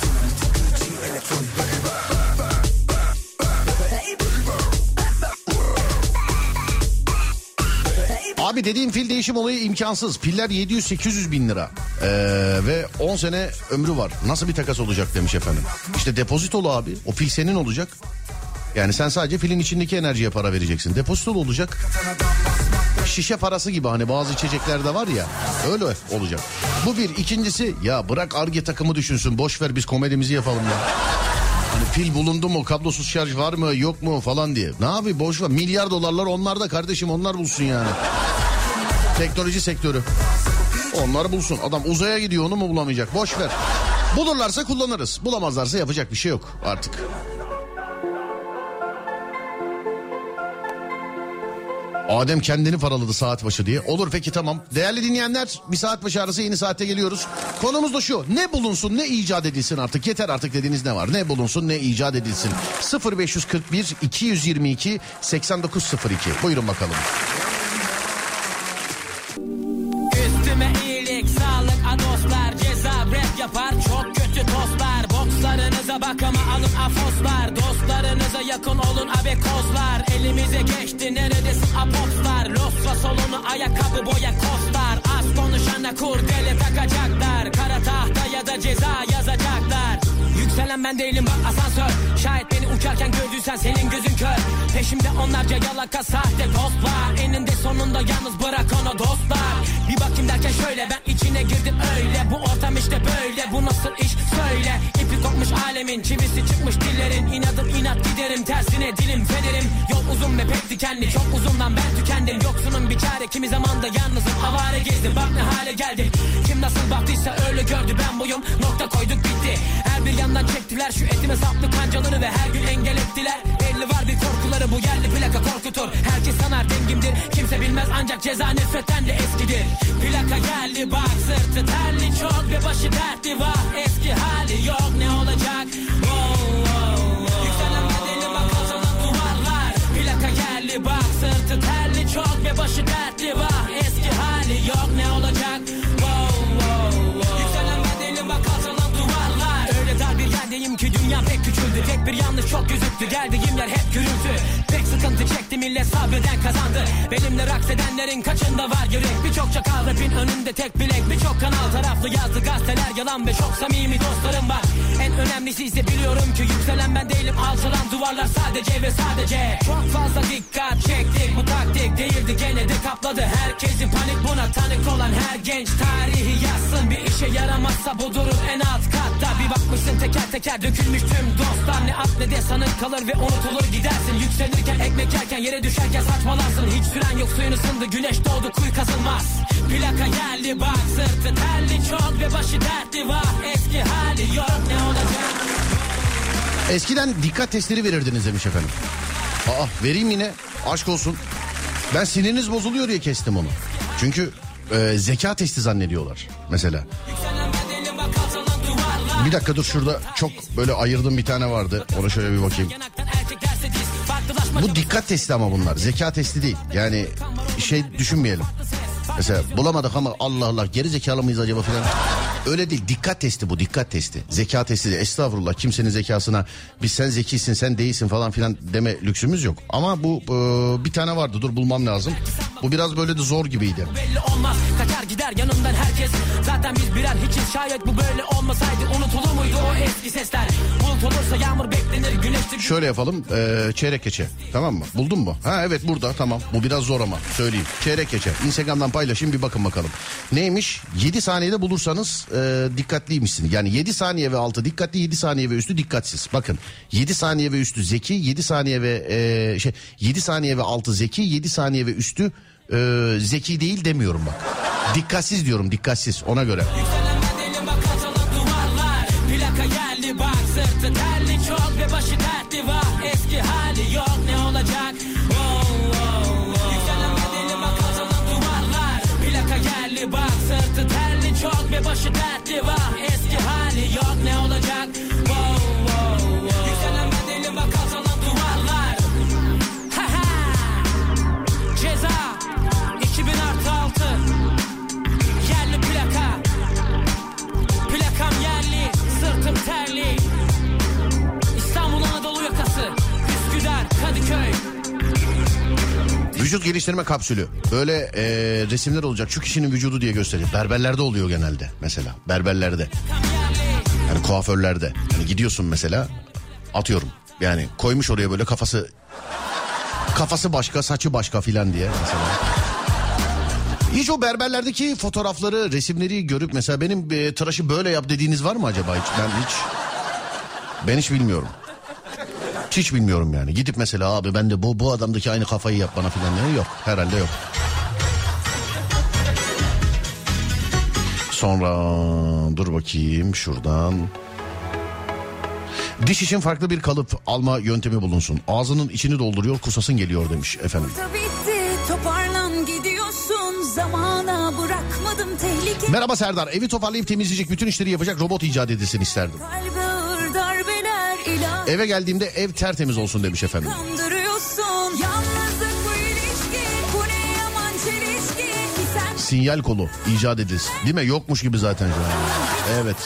Abi dediğim fil değişim olayı imkansız. Piller 700-800 bin lira. Ve 10 sene ömrü var. Nasıl bir takas olacak demiş efendim. İşte depozitolu abi. O pil senin olacak. Yani sen sadece pilin içindeki enerjiye para vereceksin. Depozitolu olacak. Şişe parası gibi, hani bazı içeceklerde var ya, öyle olacak. Bu bir. İkincisi, ya bırak Ar-Ge takımı düşünsün. Boş ver, biz komedimizi yapalım ya. Hani pil bulundu mu, kablosuz şarj var mı yok mu falan diye. Ne abi, boş ver. Milyar dolarlar onlar da kardeşim, onlar bulsun yani. Teknoloji sektörü. Onlar bulsun. Adam uzaya gidiyor, onu mu bulamayacak? Boş ver. Bulurlarsa kullanırız. Bulamazlarsa yapacak bir şey yok artık. Adem kendini paraladı saat başı diye. Olur peki, tamam. Değerli dinleyenler, bir saat başı arası yeni saatte geliyoruz. Konumuz da şu: ne bulunsun, ne icat edilsin artık. Yeter artık dediğiniz ne var? Ne bulunsun, ne icat edilsin. 0541 222 8902. Buyurun bakalım. Üstüme iyilik, sağlık, adoslar, ceza rap yapar, çok kötü tostlar. Bokslarınıza bakama alın afoslar, dostlarınıza yakın olun abekozlar. Elimize geçti neredesin apopslar, losla solunu ayakkabı boya kostar. Az konuşana kurdele takacaklar, kara tahta ya da ceza yazacaklar. Yükselen ben değilim bak asansör, şayet beni uçarken gördüysen senin gözün kör. Peşimde onlarca yalaka sahte dostlar, eninde sonunda yalnız bırak onu dostlar. Bir bakayım derken şöyle, ben içine girdim öyle. Bu ortam işte böyle, bu nasıl iş söyle. İpi kopmuş alemin, çivisi çıkmış dillerin. İnadım inat giderim, tersine dilim federim. Yol uzun ve pek dikenli, çok uzundan ben tükendim. Yoksunun bir çare, kimi zaman da yalnızım, avare gezdim. Bak ne hale geldim, kim nasıl baktıysa öyle gördü, ben buyum. Nokta koyduk bitti, her bir yandan çektiler şu etime saplı kancaları ve her gün engel ettiler. Belli var bir korkuları, bu yerli plaka korkutur. Herkes sanar dengimdir, kimse bilmez ancak ceza nefretten de eskidir. Plaka geldi bak, sırtı terli çok ve başı dertli var. Eski hali yok, ne olacak? Yükselen bedeli bak, kazanan duvarlar. Plaka geldi bak, sırtı terli çok ve başı dertli var. Eski hali yok, ne olacak? Yükselen bedeli bak, kazanan duvarlar. Öyle dar bir yerdeyim ki dünya pek küçüldü. Tek bir yanlış çok gözüktü, geldiğim yer hep gürültü. Pek sıkıntı çekti millet, sabreden kazandı. Benimle raks edenlerin kaçında var yürek. Birçok çakal rapin önünde tek bilek. Birçok kanal taraflı yazdı gazeteler yalan ve çok samimi dostlarım var. En önemlisi ise biliyorum ki yükselen ben değilim, alçalan duvarlar sadece ve sadece. Çok fazla dikkat çektik, bu taktik değildi, gene de kapladı herkesi panik. Buna tanık olan her genç tarihi yazsın. Bir işe yaramazsa bu durum en alt katta. Bir bakmışsın teker teker dökülmüş tüm dostlar. Ne at ne de sanık kalır ve unutulur gidersin. Yükselirken ekmek yerken, yere düşerken saçmalarsın. Hiç süren yok, suyun ısındı, güneş doğdu, kuyu kazılmaz. Plaka geldi bak, sırtı terli çok ve başı dertli var. Eski hali yok, ne olacak? Eskiden dikkat testleri verirdiniz demiş efendim. Vereyim yine, aşk olsun. Ben siniriniz bozuluyor diye kestim onu. Çünkü zeka testi zannediyorlar mesela. Bir dakika dur, şurada çok böyle ayırdığım bir tane vardı. Ona şöyle bir bakayım. Bu dikkat testi ama bunlar. Zeka testi değil. Yani şey düşünmeyelim. Mesela bulamadık ama Allah Allah geri zekalı mıyız acaba falan. Öyle değil, dikkat testi bu, dikkat testi. Zeka testi değil, estağfurullah, kimsenin zekasına biz sen zekisin sen değilsin falan filan deme lüksümüz yok. Ama bu bir tane vardı, dur bulmam lazım. Bu biraz böyle de zor gibiydi. Belli olmaz, kaçar gider yanından herkes. Zaten biz birer hiçiz, şayet bu böyle olmasaydı unutulur muydu o eski sesler? Bulut olursa yağmur beklenir, güneştir. Şöyle yapalım, çeyrek geçe, tamam mı? Buldun mu? Ha evet, burada, tamam. Bu biraz zor ama söyleyeyim. Çeyrek geçe. Instagram'dan paylaşayım, bir bakın bakalım. Neymiş? 7 saniyede bulursanız dikkatliymişsiniz. Yani 7 saniye ve altı dikkatli, 7 saniye ve üstü dikkatsiz. Bakın 7 saniye ve üstü zeki, 7 saniye ve 7 saniye ve altı zeki, 7 saniye ve üstü zeki değil demiyorum bak. Dikkatsiz diyorum, dikkatsiz, ona göre. Plaka geldi bak, sırtı terli çok ve başı dertli var. Eski hali yok, ne olacak? Yükselen bedeli bak, azalan duvarlar. Plaka geldi bak, sırtı terli çok ve başı dertli var. Eski hali yok, ne olacak? Yükselen bedeli bak, azalan duvarlar. Ceza 2000+6 yerli plaka. Plakam yerli, sırtım terli. İstanbul Anadolu yakası, Üsküdar, Kadıköy. Vücut geliştirme kapsülü. Böyle resimler olacak. Şu kişinin vücudu diye gösteriyor. Berberlerde oluyor genelde mesela. Berberlerde. Yani kuaförlerde. Yani gidiyorsun mesela, atıyorum. Yani koymuş oraya böyle kafası başka, saçı başka filan diye mesela. Hiç o berberlerdeki fotoğrafları, resimleri görüp mesela benim tıraşı böyle yap dediğiniz var mı acaba hiç? Ben hiç bilmiyorum. Hiç bilmiyorum yani. Gidip mesela abi ben de bu adamdaki aynı kafayı yap bana filan diye, yok. Herhalde yok. Sonra dur bakayım şuradan. Diş için farklı bir kalıp alma yöntemi bulunsun. Ağzının içini dolduruyor, kusasın geliyor demiş efendim. Toparlan gidiyorsun, zamana bırakmadım tehlike. Merhaba Serdar, evi toparlayıp temizleyecek, bütün işleri yapacak robot icat edilsin isterdim. Eve geldiğimde ev tertemiz olsun demiş efendim. Sinyal kolu icat edilsin. Değil mi? Yokmuş gibi zaten şu an. Evet.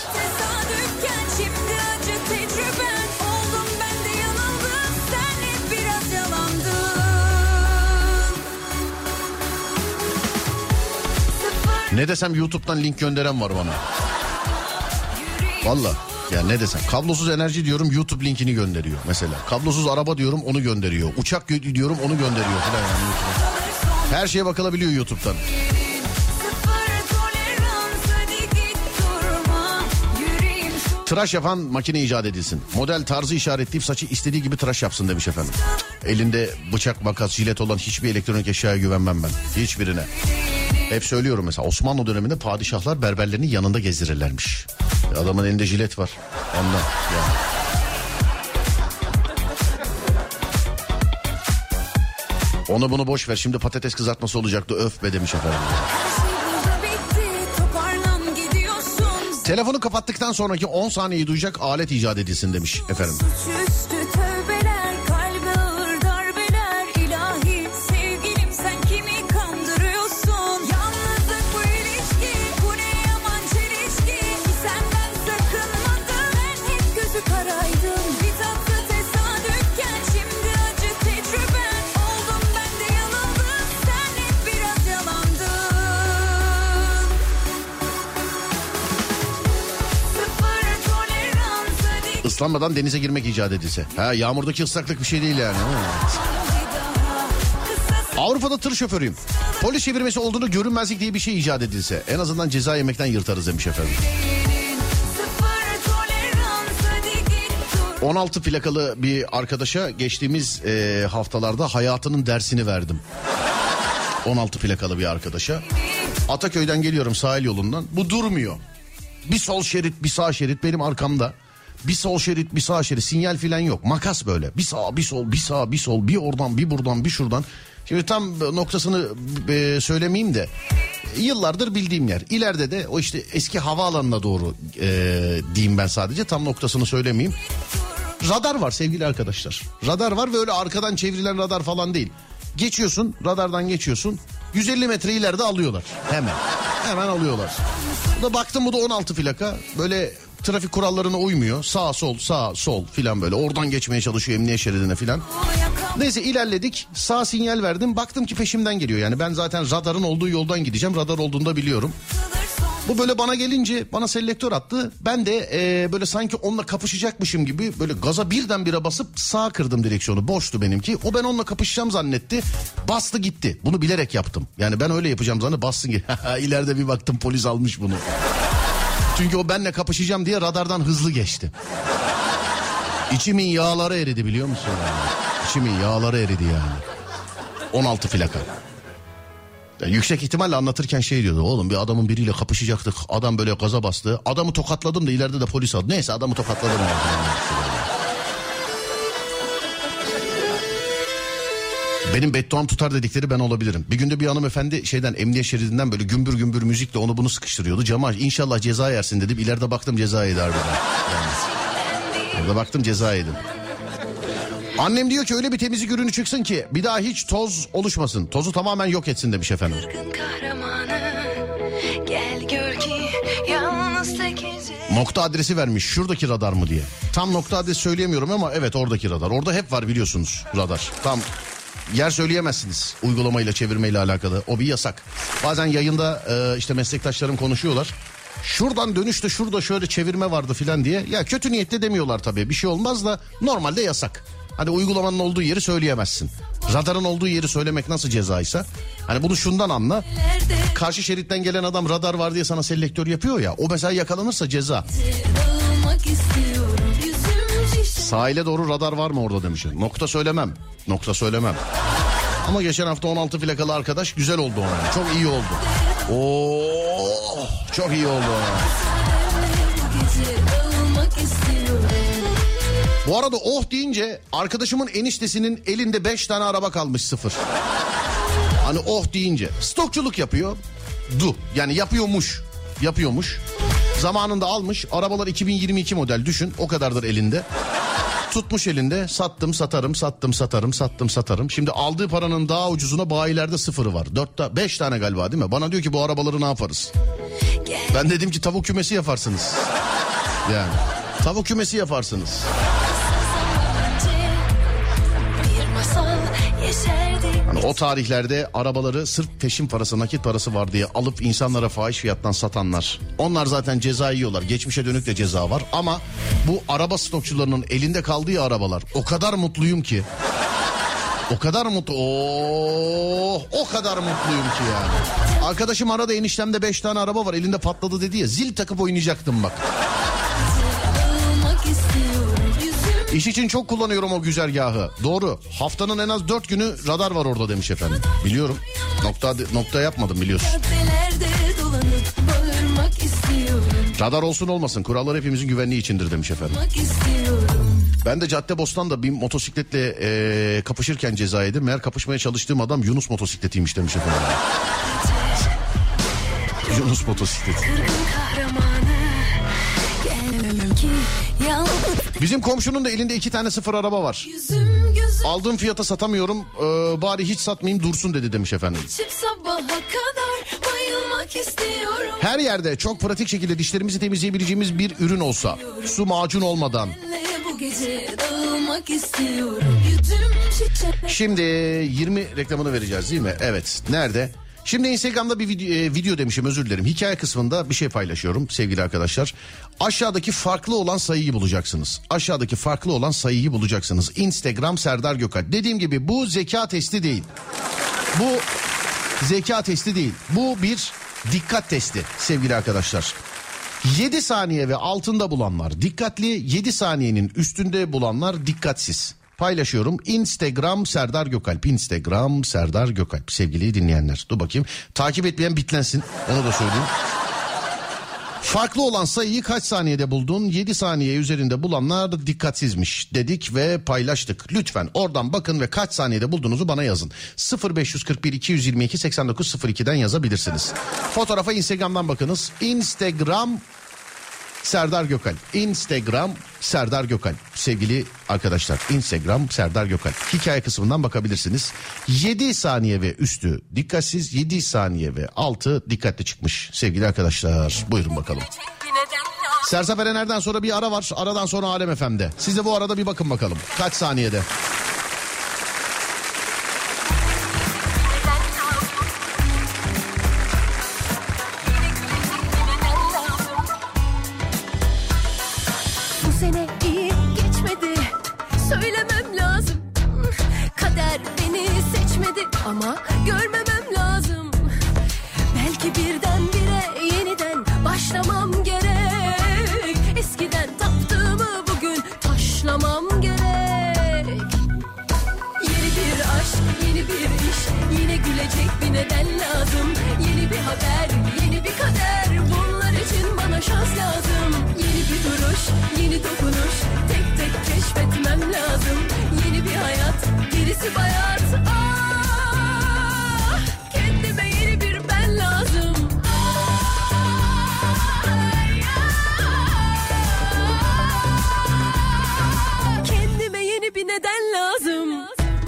Ne desem YouTube'dan link gönderen var bana. Valla ya ne desem, kablosuz enerji diyorum, YouTube linkini gönderiyor mesela. Kablosuz araba diyorum, onu gönderiyor. Uçak diyorum, onu gönderiyor falan yani. Her şeye bakılabiliyor YouTube'dan. Tıraş yapan makine icat edilsin. Model tarzı işaretleyip saçı istediği gibi tıraş yapsın demiş efendim. Elinde bıçak, makas, jilet olan hiçbir elektronik eşyaya güvenmem ben. Hiçbirine. Hep söylüyorum mesela, Osmanlı döneminde padişahlar berberlerini yanında gezdirirlermiş. Adamın elinde jilet var. Ondan yani. Onu bunu boş ver, şimdi patates kızartması olacaktı, öf be demiş efendim. Telefonu kapattıktan sonraki 10 saniyeyi duyacak alet icat edilsin demiş efendim. Islanmadan denize girmek icat edilse. Ha, yağmurdaki ıslaklık bir şey değil yani. Avrupa'da tır şoförüyüm. Polis çevirmesi olduğunu görünmezlik diye bir şey icat edilse. En azından ceza yemekten yırtarız demiş efendim. 16 plakalı bir arkadaşa geçtiğimiz haftalarda hayatının dersini verdim. 16 plakalı bir arkadaşa. Ataköy'den geliyorum, sahil yolundan. Bu durmuyor. Bir sol şerit, bir sağ şerit benim arkamda. Bir sol şerit, bir sağ şerit, sinyal filan yok. Makas böyle. Bir sağ, bir sol, bir sağ, bir sol, bir oradan, bir buradan, bir şuradan. Şimdi tam noktasını söylemeyeyim de yıllardır bildiğim yer. İleride de o işte eski havaalanına doğru diyeyim ben sadece. Tam noktasını söylemeyeyim. Radar var sevgili arkadaşlar. Radar var ve öyle arkadan çevrilen radar falan değil. Geçiyorsun, radardan geçiyorsun. 150 metre ileride alıyorlar. Hemen alıyorlar. Bu da baktım, bu da 16 plaka. Böyle trafik kurallarına uymuyor. Sağ sol filan böyle. Oradan geçmeye çalışıyor emniyet şeridine filan. Neyse ilerledik. Sağ sinyal verdim. Baktım ki peşimden geliyor. Yani ben zaten radarın olduğu yoldan gideceğim. Radar olduğunu da biliyorum. Bu böyle bana gelince bana selektör attı. Ben de böyle sanki onunla kapışacakmışım gibi böyle gaza birdenbire basıp sağa kırdım direksiyonu. Boştu benimki. O ben onunla kapışacağım zannetti. Bastı gitti. Bunu bilerek yaptım. Yani ben öyle yapacağım zannet, bastın gitti. İleride bir baktım polis almış bunu. Çünkü o benimle kapışacağım diye radardan hızlı geçti. İçimin yağları eridi biliyor musun? İçimin yağları eridi yani. 16 plaka. Yani yüksek ihtimalle anlatırken şey diyordu. Oğlum bir adamın biriyle kapışacaktık. Adam böyle gaza bastı. Adamı tokatladım da ileride de polis aldı. Neyse adamı tokatladım. Benim bedduam tutar dedikleri ben olabilirim. Bir günde bir hanımefendi emniyet şeridinden böyle gümbür gümbür müzikle onu bunu sıkıştırıyordu. Cama inşallah ceza yersin dedim. İleride baktım ceza yedi harbiden. Yani. Orada baktım ceza yedim. Annem diyor ki öyle bir temizlik ürünü çıksın ki bir daha hiç toz oluşmasın. Tozu tamamen yok etsin demiş efendim. Nokta adresi vermiş, şuradaki radar mı diye. Tam nokta adresi söyleyemiyorum ama evet oradaki radar. Orada hep var biliyorsunuz radar. Tam yer söyleyemezsiniz uygulamayla çevirmeyle alakalı. O bir yasak. Bazen yayında işte meslektaşlarım konuşuyorlar. Şuradan dönüşte şurada şöyle çevirme vardı filan diye. Ya kötü niyetle demiyorlar tabii, bir şey olmaz da normalde yasak. Hani uygulamanın olduğu yeri söyleyemezsin. Radarın olduğu yeri söylemek nasıl cezaysa. Hani bunu şundan anla. Karşı şeritten gelen adam radar var diye sana selektör yapıyor ya. O mesela yakalanırsa ceza. Sahile doğru radar var mı orada demişim. Nokta söylemem. Ama geçen hafta 16 plakalı arkadaş güzel oldu ona. Çok iyi oldu. Oo, çok iyi oldu ona. Bu arada oh deyince arkadaşımın eniştesinin elinde 5 tane araba kalmış, sıfır. Hani oh deyince stokçuluk yapıyor. Yani yapıyormuş. Zamanında almış arabalar 2022 model, düşün o kadardır elinde. Tutmuş elinde, sattım satarım. Şimdi aldığı paranın daha ucuzuna bayilerde sıfırı var. 5 tane galiba değil mi? Bana diyor ki bu arabaları ne yaparız? Ben dedim ki tavuk kümesi yaparsınız. Yani tavuk kümesi yaparsınız. Hani o tarihlerde arabaları sırf peşin parası, nakit parası var diye alıp insanlara fahiş fiyattan satanlar. Onlar zaten ceza yiyorlar. Geçmişe dönük de ceza var. Ama bu araba stokçularının elinde kaldığı arabalar, o kadar mutluyum ki. O kadar mutluyum ki yani. Arkadaşım arada eniştemde 5 tane araba var elinde patladı dedi ya, zil takıp oynayacaktım bak. İş için çok kullanıyorum o güzergahı. Doğru. Haftanın en az 4 günü radar var orada demiş efendim. Biliyorum. Nokta yapmadım biliyorsun. Radar olsun olmasın. Kurallar hepimizin güvenliği içindir demiş efendim. Ben de Caddebostan'da bir motosikletle kapışırken ceza yedim. Meğer kapışmaya çalıştığım adam Yunus motosikletiymiş demiş efendim. Yunus motosikleti. Bizim komşunun da elinde 2 tane sıfır araba var. Aldığım fiyata satamıyorum. Bari hiç satmayayım dursun dedi demiş efendim. Her yerde çok pratik şekilde dişlerimizi temizleyebileceğimiz bir ürün olsa, su macun olmadan. Şimdi 20 reklamını vereceğiz değil mi? Evet. Nerede? Şimdi Instagram'da bir video demişim, özür dilerim. Hikaye kısmında bir şey paylaşıyorum sevgili arkadaşlar. Aşağıdaki farklı olan sayıyı bulacaksınız. Instagram Serdar Gökalp. Dediğim gibi bu zeka testi değil. Bu bir dikkat testi sevgili arkadaşlar. 7 saniye ve altında bulanlar dikkatli, 7 saniyenin üstünde bulanlar dikkatsiz. Paylaşıyorum. Instagram Serdar Gökalp sevgili dinleyenler. Dur bakayım. Takip etmeyen bitlensin. Onu da söyleyeyim. Farklı olan sayıyı kaç saniyede buldun? 7 saniye üzerinde bulanlar dikkatsizmiş dedik ve paylaştık. Lütfen oradan bakın ve kaç saniyede bulduğunuzu bana yazın. 0541 222 8902'den yazabilirsiniz. Fotoğrafa Instagram'dan bakınız. Instagram Serdar Gökal. Instagram Serdar Gökal. Sevgili arkadaşlar, Instagram Serdar Gökal. Hikaye kısmından bakabilirsiniz. 7 saniye ve üstü dikkatsiz, 7 saniye ve altı dikkatli çıkmış sevgili arkadaşlar. Buyurun bakalım. Sertab Erener'den sonra bir ara var. Aradan sonra Alem FM'de. Siz de bu arada bir bakın bakalım. Kaç saniyede? Sene iyi geçmedi, söylemem lazım. Kader beni seçmedi ama görmemem lazım. Belki birdenbire yeniden başlamam gerek. Eskiden taptığımı bugün taşlamam gerek. Yeni bir aşk, yeni bir iş, yine gülecek bir neden lazım. Yeni bir haber, yeni bir kader, bunlar için bana şans lazım. Yeni bir duruş, yeni dokunuş, tek tek keşfetmem lazım. Yeni bir hayat, gerisi bayat. Ah, kendime yeni bir ben lazım. Kendime yeni bir neden lazım.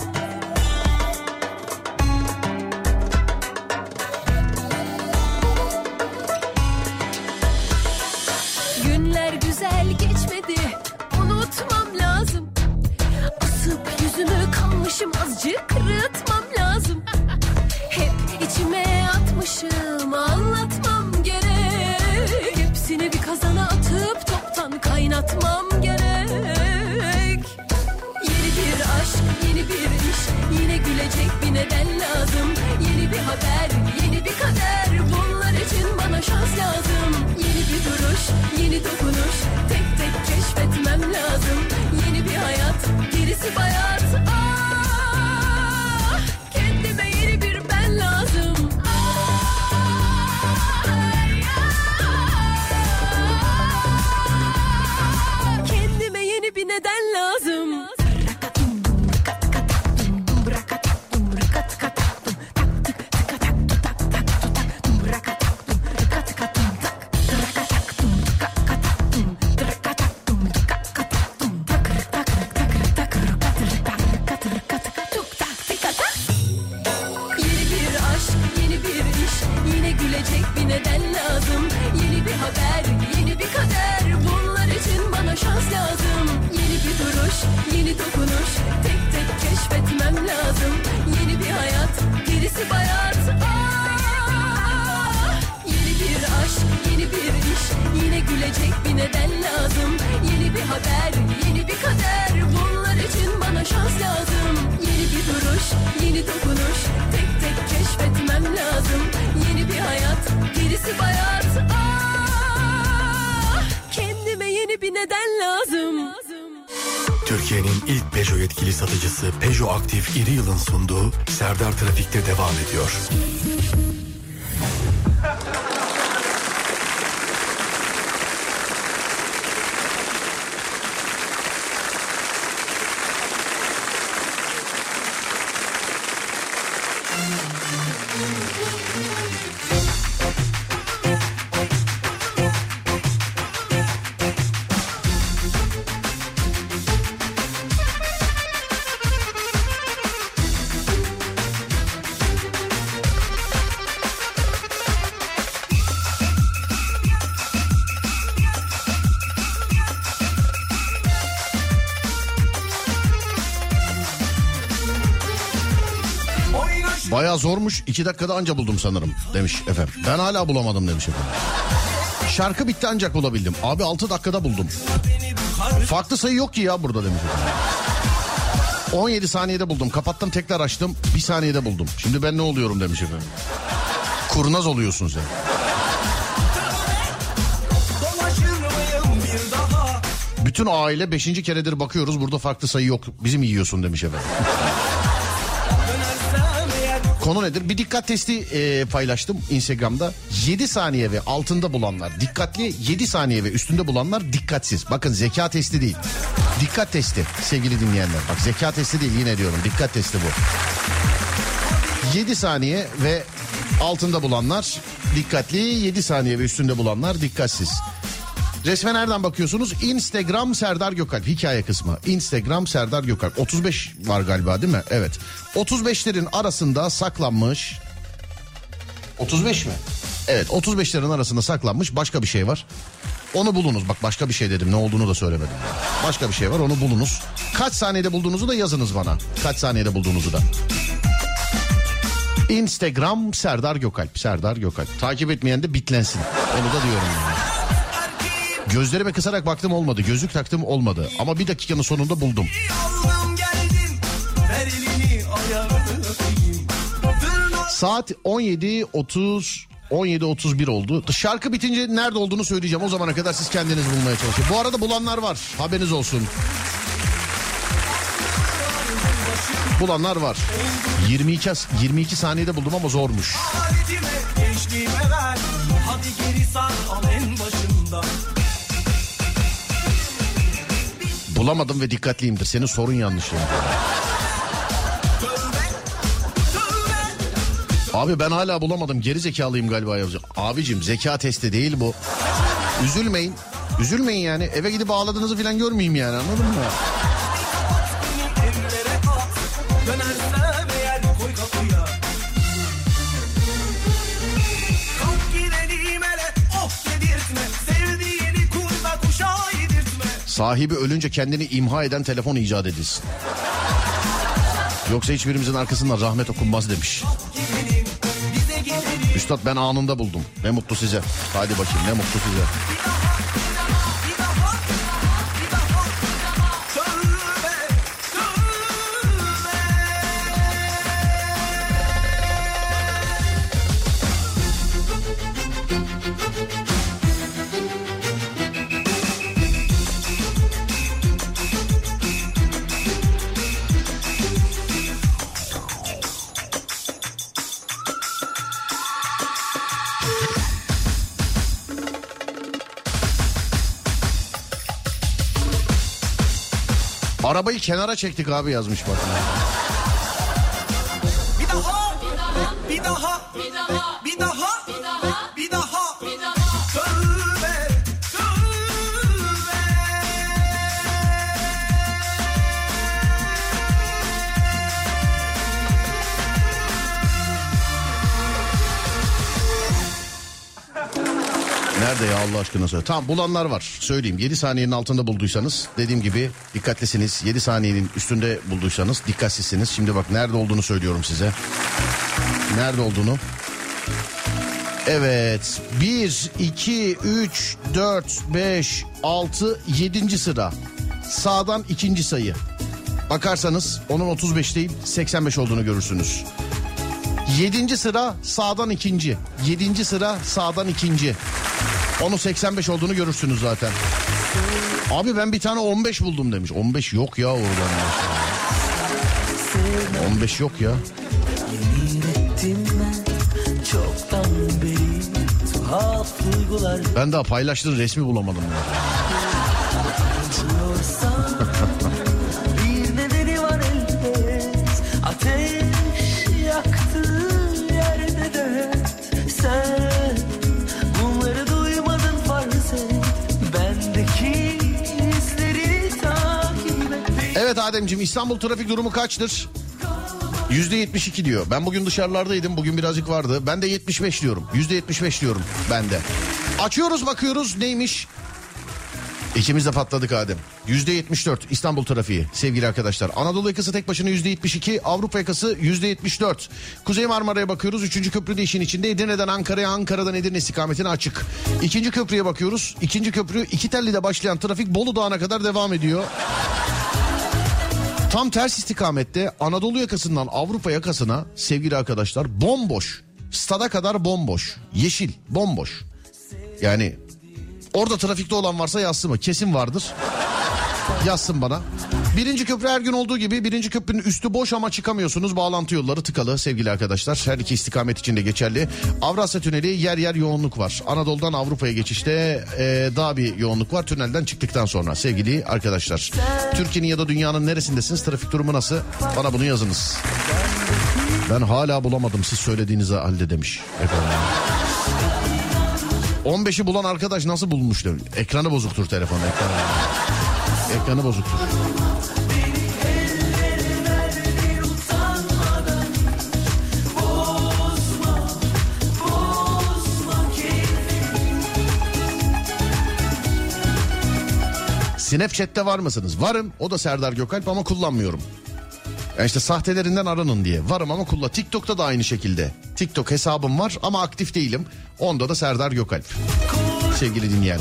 Günler güzel geçmedi, unutmam lazım. Asıp yüzümü kalmışım, azıcık kırıtmam lazım. Hep içime atmışım, anlatmam gerek. Hepsini bir kazana atıp toptan kaynatmam gerek. Yeni bir aşk, yeni bir iş, yine gülecek bir neden lazım. Yeni bir haber, yeni bir kader, bunlar için bana şans lazım. Yeni bir duruş, yeni dokunuş, tek tek keşfetmem lazım. Yeni bir hayat, gerisi bayat. Ah, kendime yeni bir ben lazım. Kendime yeni bir neden lazım. Bir neden lazım. Yeni bir haber, yeni bir kader, bunlar için bana şans lazım. Yeni bir duruş, yeni dokunuş, tek tek keşfetmem lazım. Yeni bir hayat, gerisi bayat. Ah, yeni bir aşk, yeni bir iş, yine gülecek bir neden lazım. Yeni bir haber, yeni bir kader, bunlar için bana şans lazım. Yeni bir duruş, yeni dokunuş, tek tek keşfetmem lazım. Yeni bir hayat, gerisi bayat. Ah, kendime yeni bir neden lazım. Türkiye'nin ilk Peugeot yetkili satıcısı Peugeot Aktif İri Yıl'ın sunduğu Serdar Trafik'te devam ediyor. Bayağı zormuş, 2 dakikada anca buldum sanırım demiş efendim. Ben hala bulamadım demiş efendim. Şarkı bitti ancak bulabildim. Abi 6 dakikada buldum. Farklı sayı yok ki ya burada demiş efendim. 17 saniyede buldum. Kapattım, tekrar açtım. 1 saniyede buldum. Şimdi ben ne oluyorum demiş efendim. Kurnaz oluyorsun sen. Bütün aile 5. keredir bakıyoruz. Burada farklı sayı yok. Bizi mi yiyorsun demiş efendim. Konu nedir? Bir dikkat testi paylaştım Instagram'da. 7 saniye ve altında bulanlar dikkatli, 7 saniye ve üstünde bulanlar dikkatsiz. Bakın zeka testi değil. Dikkat testi sevgili dinleyenler. Bak zeka testi değil, yine diyorum. Dikkat testi bu. 7 saniye ve altında bulanlar dikkatli, 7 saniye ve üstünde bulanlar dikkatsiz. Resme nereden bakıyorsunuz? Instagram Serdar Gökalp, hikaye kısmı. Instagram Serdar Gökalp. 35 var galiba değil mi? Evet. 35'lerin arasında saklanmış. 35 mi? Evet, 35'lerin arasında saklanmış başka bir şey var. Onu bulunuz. Bak başka bir şey dedim, ne olduğunu da söylemedim. Başka bir şey var, onu bulunuz. Kaç saniyede bulduğunuzu da yazınız bana. Kaç saniyede bulduğunuzu da. Instagram Serdar Gökalp. Serdar Gökalp. Takip etmeyen de bitlensin. Onu da diyorum yani. Gözlerime kısarak baktım olmadı. Gözlük taktım olmadı. Ama bir dakikanın sonunda buldum. Saat 17.31 oldu. Şarkı bitince nerede olduğunu söyleyeceğim. O zamana kadar siz kendiniz bulmaya çalışın. Bu arada bulanlar var. Haberiniz olsun. Bulanlar var. 22 saniyede buldum ama zormuş. Bulamadım ve dikkatliyimdir. Senin sorun yanlışlığı. Abi ben hala bulamadım. Geri zekalıyım galiba yazacağım. Abicim zeka testi değil bu. Üzülmeyin. Üzülmeyin yani. Eve gidip ağladığınızı falan görmeyeyim yani, anladın mı? Sahibi ölünce kendini imha eden telefon icat edilsin. Yoksa hiçbirimizin arkasından rahmet okunmaz demiş. Üstad ben anında buldum. Ne mutlu size. Hadi bakayım, ne mutlu size. Arabayı kenara çektik abi yazmış bak. Bir daha. Tövbe. Nerede ya Allah aşkına söyle. Tamam, bulanlar var. Söyleyeyim, 7 saniyenin altında bulduysanız dediğim gibi dikkatlisiniz. 7 saniyenin üstünde bulduysanız dikkatsizsiniz. Şimdi bak nerede olduğunu söylüyorum size. Nerede olduğunu. Evet. 1, 2, 3, 4, 5, 6, 7. sıra. Sağdan 2. sayı. Bakarsanız onun 35 değil 85 olduğunu görürsünüz. 7. sıra sağdan 2. 7. sıra sağdan 2. Onun 85 olduğunu görürsünüz zaten. Abi ben bir tane 15 buldum demiş. 15 yok ya oradan. 15 yok ya. Ben daha paylaştığın resmi bulamadım ya. Bir nedeni var elbet. Ateş yaktı yerde de sen bunları duymadın farz et. Bendeki izleri takip et. Evet Ademciğim, İstanbul trafik durumu kaçtır? %72 diyor. Ben bugün dışarılardaydım. Bugün birazcık vardı. Ben de 75 diyorum. %75 diyorum ben de. Açıyoruz bakıyoruz neymiş? İkimiz de patladık Adem. %74 İstanbul trafiği sevgili arkadaşlar. Anadolu yakası tek başına %72, Avrupa yakası %74. Kuzey Marmara'ya bakıyoruz. 3. köprü de işin içinde. Edirne'den Ankara'ya, Ankara'dan Edirne istikametine açık. 2. köprüye bakıyoruz. 2. köprü İkitelli'de başlayan trafik Bolu Dağı'na kadar devam ediyor. Tam ters istikamette Anadolu yakasından Avrupa yakasına sevgili arkadaşlar bomboş. Stada kadar bomboş. Yeşil, bomboş. Yani orada trafikte olan varsa yazsın mı? Kesin vardır. Yazsın bana. Birinci köprü her gün olduğu gibi birinci köprünün üstü boş ama çıkamıyorsunuz. Bağlantı yolları tıkalı sevgili arkadaşlar. Her iki istikamet için de geçerli. Avrasya Tüneli yer yer yoğunluk var. Anadolu'dan Avrupa'ya geçişte daha bir yoğunluk var. Tünelden çıktıktan sonra sevgili arkadaşlar. Türkiye'nin ya da dünyanın neresindesiniz? Trafik durumu nasıl? Bana bunu yazınız. Ben hala bulamadım siz söylediğiniz halde demiş efendim. 15'i bulan arkadaş nasıl bulmuş demiş. Ekranı bozuktur telefonu. Ekranı bozuktur. Snapchat'te var mısınız? Varım. O da Serdar Gökalp ama kullanmıyorum. Yani işte sahtelerinden aranın diye. Varım ama kullan. TikTok'ta da aynı şekilde. TikTok hesabım var ama aktif değilim. Onda da Serdar Gökalp. Sevgili dinleyen.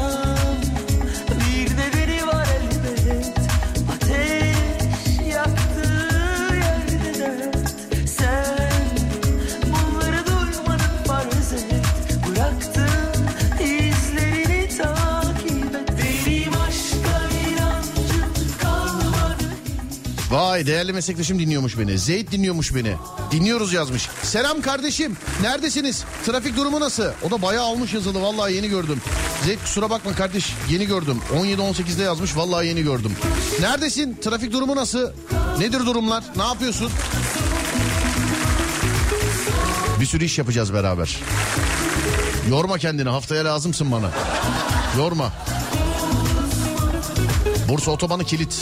Bir de biri var elbet. Ateş yaktığı yerde dert. Sen bunları duymadın farz et. Bıraktın izlerini takip et. Benim aşka inancım kalmadı. Vay değerli meslektaşım dinliyormuş beni. Zeyt dinliyormuş beni. Dinliyoruz yazmış. Selam kardeşim. Neredesiniz? Trafik durumu nasıl? O da bayağı almış yazılı. Vallahi yeni gördüm. Zeyt kusura bakma kardeş. Yeni gördüm. 17-18'de yazmış. Vallahi yeni gördüm. Neredesin? Trafik durumu nasıl? Nedir durumlar? Ne yapıyorsun? Bir sürü iş yapacağız beraber. Yorma kendini. Haftaya lazımsın bana. Yorma. Bursa otobanı kilit.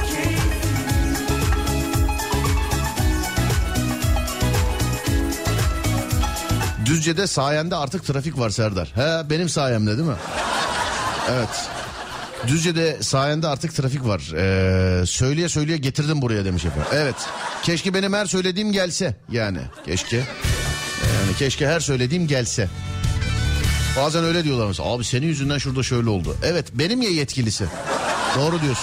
Düzce'de sayende artık trafik var Serdar. He benim sayemde değil mi? Evet. Düzce'de sayende artık trafik var. Söyleye söyleye getirdim buraya demiş efendim. Evet. Keşke benim her söylediğim gelse. Yani keşke. Yani keşke her söylediğim gelse. Bazen öyle diyorlar mesela. Abi senin yüzünden şurada şöyle oldu. Evet benim ya yetkilisi. Doğru diyorsun.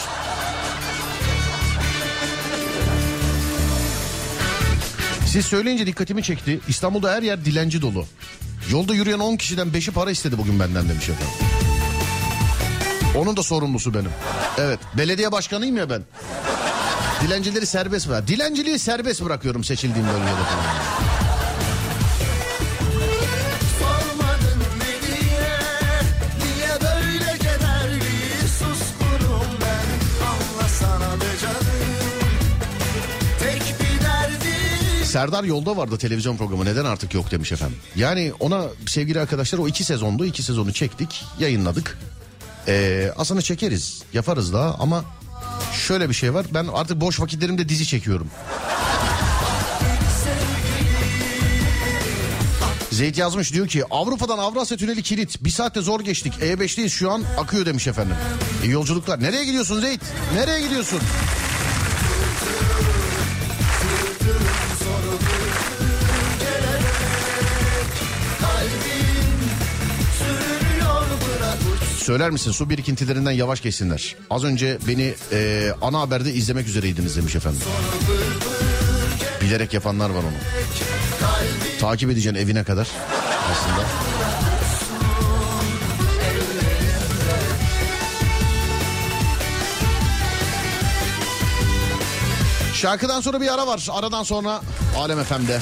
Siz söyleyince dikkatimi çekti. İstanbul'da her yer dilenci dolu. Yolda yürüyen 10 kişiden 5'i para istedi bugün benden demiş efendim. Onun da sorumlusu benim. Evet belediye başkanıyım ya ben. Dilencileri serbest bırak. Dilenciliği serbest bırakıyorum seçildiğim bölgede falan. Serdar yolda vardı televizyon programı neden artık yok demiş efendim. Yani ona sevgili arkadaşlar o 2 sezondu. 2 sezonu çektik, yayınladık. Aslında çekeriz, yaparız da ama şöyle bir şey var. Ben artık boş vakitlerimde dizi çekiyorum. Zeyt yazmış diyor ki Avrupa'dan Avrasya Tüneli kilit. 1 saatte zor geçtik. E5'teyiz şu an akıyor demiş efendim. Yolculuklar. Nereye gidiyorsun Zeyt? Nereye gidiyorsun? Söyler misin su birikintilerinden yavaş geçsinler. Az önce beni ana haberde izlemek üzereydiniz demiş efendim. Bilerek yapanlar var onu. Takip edeceksin evine kadar aslında. Şarkıdan sonra bir ara var. Aradan sonra Alem FM'de.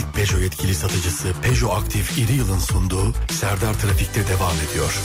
ilk Peugeot yetkili satıcısı Peugeot Aktif İri Yıl'ın sunduğu Serdar Trafik'te devam ediyor.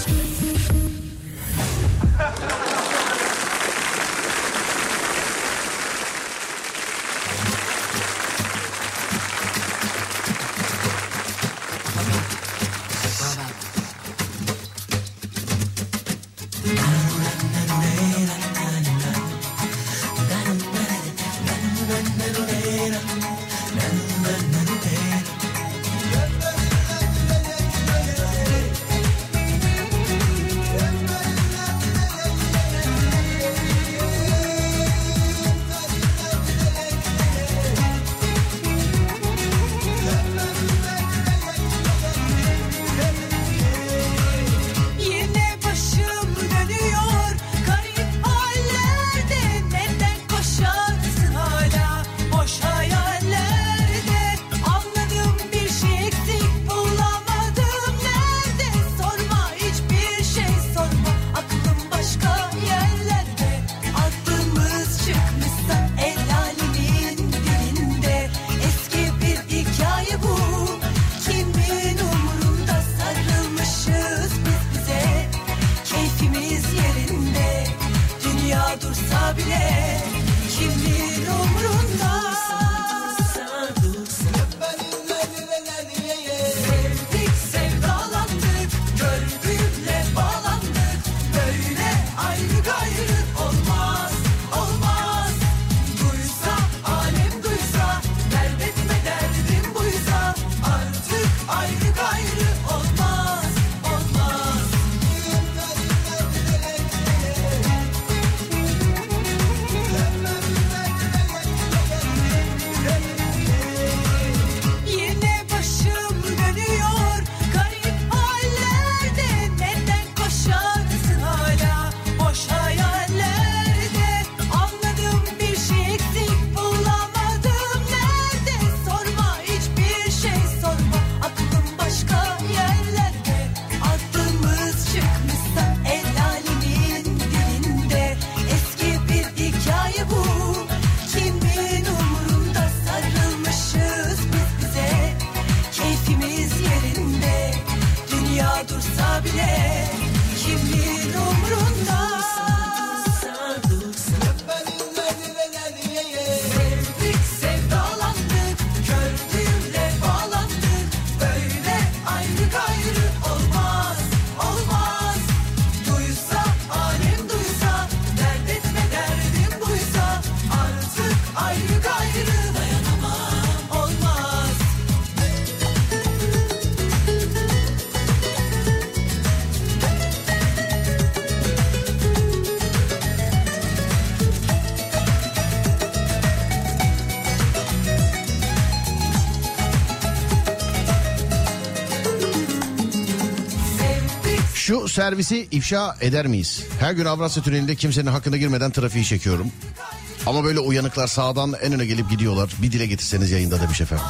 Şu servisi ifşa eder miyiz? Her gün Avrasya Tüneli'nde kimsenin hakkına girmeden trafiği çekiyorum. Ama böyle uyanıklar sağdan en öne gelip gidiyorlar. Bir dile getirseniz yayında demiş efendim.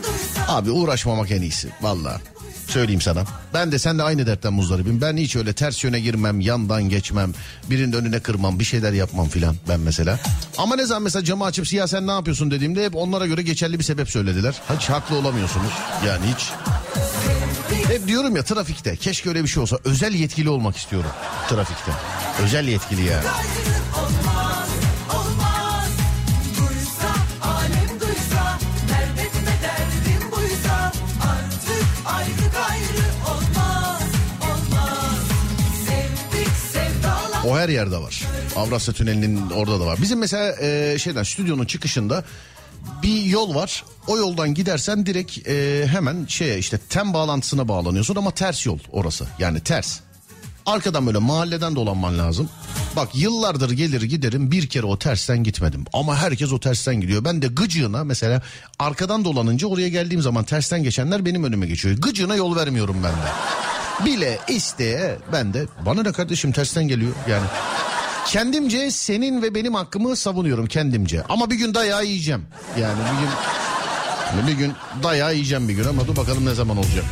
Abi uğraşmamak en iyisi valla. Söyleyeyim sana. Ben de sen de aynı dertten muzdaribim. Ben hiç öyle ters yöne girmem, yandan geçmem, birinin önüne kırmam, bir şeyler yapmam filan ben mesela. Ama ne zaman mesela camı açıp siyah sen ne yapıyorsun dediğimde hep onlara göre geçerli bir sebep söylediler. Hiç haklı olamıyorsunuz yani hiç. Hep diyorum ya trafikte keşke öyle bir şey olsa. Özel yetkili olmak istiyorum trafikte. Özel yetkili yani. O her yerde var. Avrasya Tüneli'nin orada da var. Bizim mesela stüdyonun çıkışında bir yol var. O yoldan gidersen direkt hemen işte TEM bağlantısına bağlanıyorsun ama ters yol orası. Yani ters. Arkadan böyle mahalleden dolanman lazım. Bak yıllardır gelir giderim bir kere o tersten gitmedim. Ama herkes o tersten gidiyor. Ben de gıcığına mesela arkadan dolanınca oraya geldiğim zaman tersten geçenler benim önüme geçiyor. Gıcığına yol vermiyorum ben de. Bile isteye ben de bana ne kardeşim tersten geliyor yani. Kendimce senin ve benim hakkımı savunuyorum kendimce. Ama bir gün dayağı yiyeceğim. Yani bir gün dayağı yiyeceğim bir gün ama dur bakalım ne zaman olacak.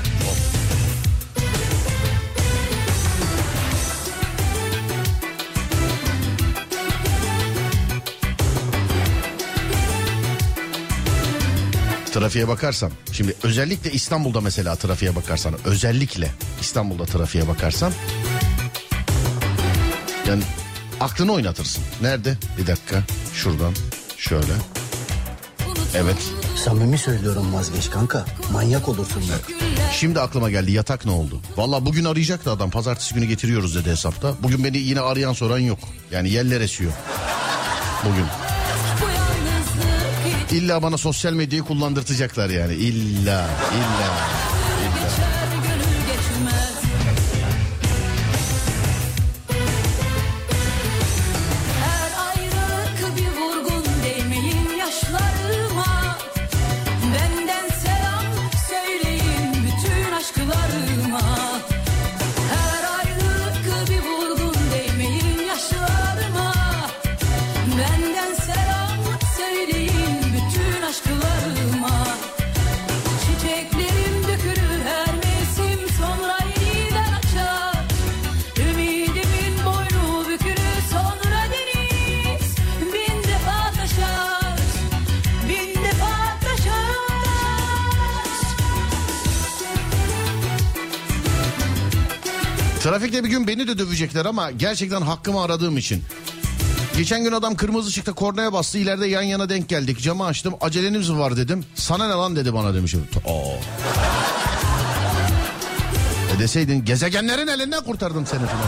Trafiğe bakarsam, şimdi özellikle İstanbul'da mesela trafiğe bakarsan, özellikle İstanbul'da trafiğe bakarsan, yani aklını oynatırsın. Nerede? Bir dakika, şuradan şöyle. Evet. Samimi söylüyorum, vazgeç kanka. Manyak olursun bak. Şimdi aklıma geldi, yatak ne oldu? Vallahi bugün arayacaktı adam, pazartesi günü getiriyoruz dedi hesapta. Bugün beni yine arayan soran yok. Yani yeller esiyor bugün. İlla bana sosyal medyayı kullandırtacaklar yani. İlla. Trafikte bir gün beni de dövecekler ama gerçekten hakkımı aradığım için. Geçen gün adam kırmızı ışıkta kornaya bastı, ileride yan yana denk geldik. Camı açtım, aceleniz var dedim. Sana ne lan dedi bana demişim. Deseydin gezegenlerin elinden kurtardım seni falan.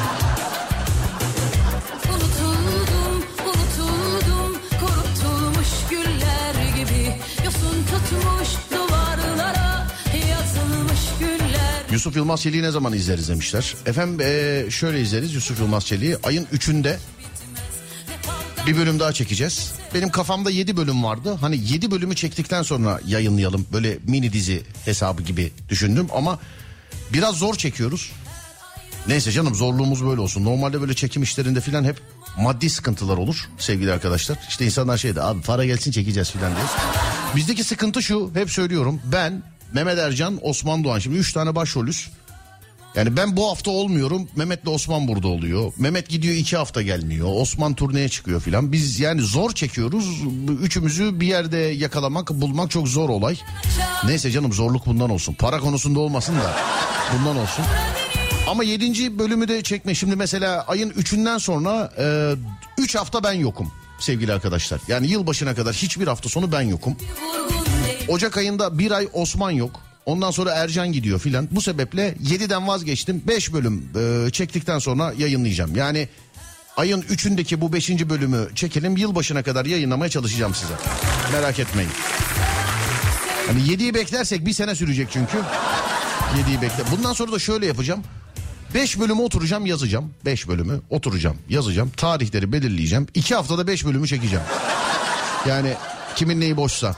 Unutuldum, kurutulmuş güller gibi. Yosun tutmuş duvarlara yazılmış güller. Yusuf Yılmaz Çelik'i ne zaman izleriz demişler. Efendim şöyle izleriz Yusuf Yılmaz Çelik'i. Ayın 3'ünde bir bölüm daha çekeceğiz. Benim kafamda 7 bölüm vardı. Hani 7 bölümü çektikten sonra yayınlayalım. Böyle mini dizi hesabı gibi düşündüm ama biraz zor çekiyoruz. Neyse canım, zorluğumuz böyle olsun. Normalde böyle çekim işlerinde filan hep maddi sıkıntılar olur sevgili arkadaşlar. İşte insanlar şeyde abi para gelsin çekeceğiz filan diyoruz. Bizdeki sıkıntı şu, hep söylüyorum. Ben, Mehmet Ercan, Osman Doğan, şimdi 3 tane başrolüz. Yani ben bu hafta olmuyorum, Mehmet'le Osman burada oluyor. Mehmet gidiyor 2 hafta gelmiyor. Osman turneye çıkıyor filan. Biz yani zor çekiyoruz. Üçümüzü bir yerde yakalamak, bulmak çok zor olay. Neyse canım, zorluk bundan olsun. Para konusunda olmasın da bundan olsun. Ama 7. bölümü de çekme. Şimdi mesela ayın 3'ünden sonra 3 hafta ben yokum sevgili arkadaşlar. Yani yılbaşına kadar hiçbir hafta sonu ben yokum. Ocak ayında bir ay Osman yok. Ondan sonra Ercan gidiyor filan. Bu sebeple 7'den vazgeçtim. 5 bölüm çektikten sonra yayınlayacağım. Yani ayın 3'ündeki bu 5. bölümü çekelim. Yılbaşına kadar yayınlamaya çalışacağım size. Merak etmeyin. Hani 7'yi beklersek bir sene sürecek çünkü. 7'yi bekle. Bundan sonra da şöyle yapacağım. 5 bölümü oturacağım, yazacağım. 5 bölümü oturacağım, yazacağım. Tarihleri belirleyeceğim. 2 haftada 5 bölümü çekeceğim. Yani kimin neyi boşsa.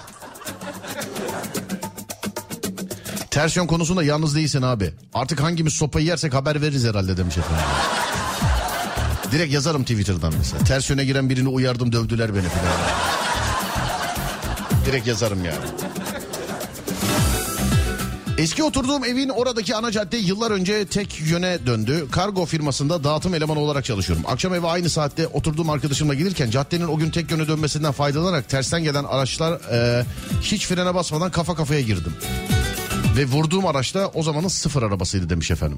Ters yön konusunda yalnız değilsin abi. Artık hangimiz sopayı yersek haber veririz herhalde demiş efendim. Direkt yazarım Twitter'dan mesela. Ters yöne giren birini uyardım, dövdüler beni falan. Direkt yazarım yani. Eski oturduğum evin oradaki ana cadde yıllar önce tek yöne döndü. Kargo firmasında dağıtım elemanı olarak çalışıyorum. Akşam eve aynı saatte oturduğum arkadaşımla gelirken caddenin o gün tek yöne dönmesinden faydalanarak tersten gelen araçlar hiç frene basmadan kafa kafaya girdim. Ve vurduğum araçta o zamanın 0 arabasıydı demiş efendim.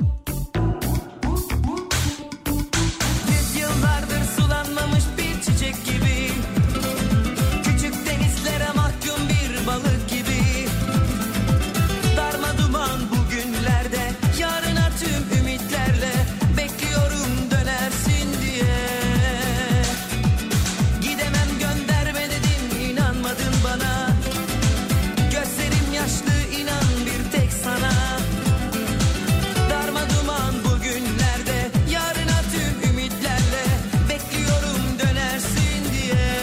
Yıllardır sulanmamış bir çiçek gibi, küçük denizlere mahkum bir balık gibi. Darma duman bugünlerde, yarına tüm ümitlerle bekliyorum dönersin diye. Gidemem gönderme dedim, inanmadın bana. Gözlerim yaşlı, inan bir tek sana. Darma duman bugünlerde, yarına tüm ümitlerle bekliyorum dönersin diye.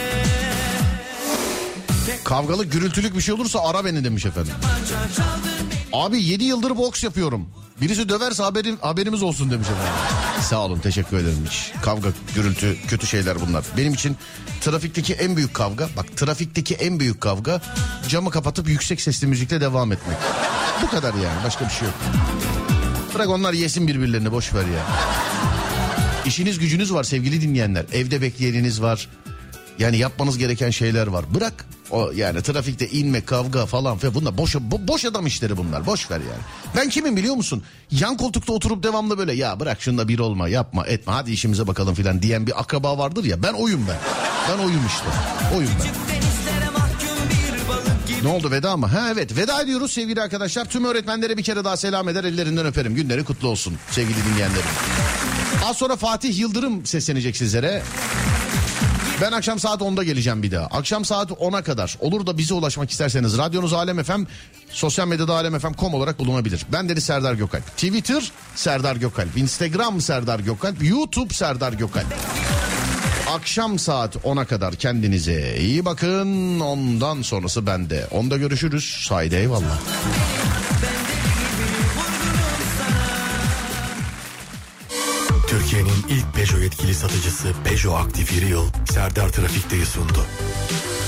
Kavgalık gürültülük bir şey olursa ara beni demiş efendim. Abi 7 yıldır boks yapıyorum. Birisi döverse haberimiz olsun demiş efendim. Sağ olun, teşekkür ederim hiç. Kavga, gürültü, kötü şeyler bunlar. Benim için trafikteki en büyük kavga, bak trafikteki en büyük kavga camı kapatıp yüksek sesli müzikle devam etmek. Bu kadar yani, başka bir şey yok. Bırak onlar yesin birbirlerini, boş ver ya. İşiniz gücünüz var sevgili dinleyenler. Evde bekleyeniniz var. Yani yapmanız gereken şeyler var. Bırak O yani trafikte inme, kavga falan filan, bunlar boş adam işleri bunlar. Boş ver yani. Ben kimim biliyor musun? Yan koltukta oturup devamlı böyle ya bırak şunda bir olma, yapma etme, hadi işimize bakalım filan diyen bir akraba vardır ya, ben oyum ben. Ben oyum işte. Oyum ben. Ne oldu, veda mı? Ha evet, veda ediyoruz sevgili arkadaşlar. Tüm öğretmenlere bir kere daha selam eder, ellerinden öperim. Günleri kutlu olsun sevgili dinleyenlerim. Az sonra Fatih Yıldırım seslenecek sizlere. Ben akşam saat 10'da geleceğim bir daha. Akşam saat 10'a kadar. Olur da bize ulaşmak isterseniz radyonuz Alem FM, sosyal medyada alemfm.com olarak bulunabilir. Ben Deniz Serdar Gökalp. Twitter Serdar Gökalp, Instagram Serdar Gökalp, YouTube Serdar Gökalp. Akşam saat 10'a kadar kendinize iyi bakın. Ondan sonrası bende. 10'da görüşürüz. Haydi eyvallah. Türkiye'nin ilk Peugeot yetkili satıcısı Peugeot Aktif İri Yıl Serdar Trafik'teyi sundu.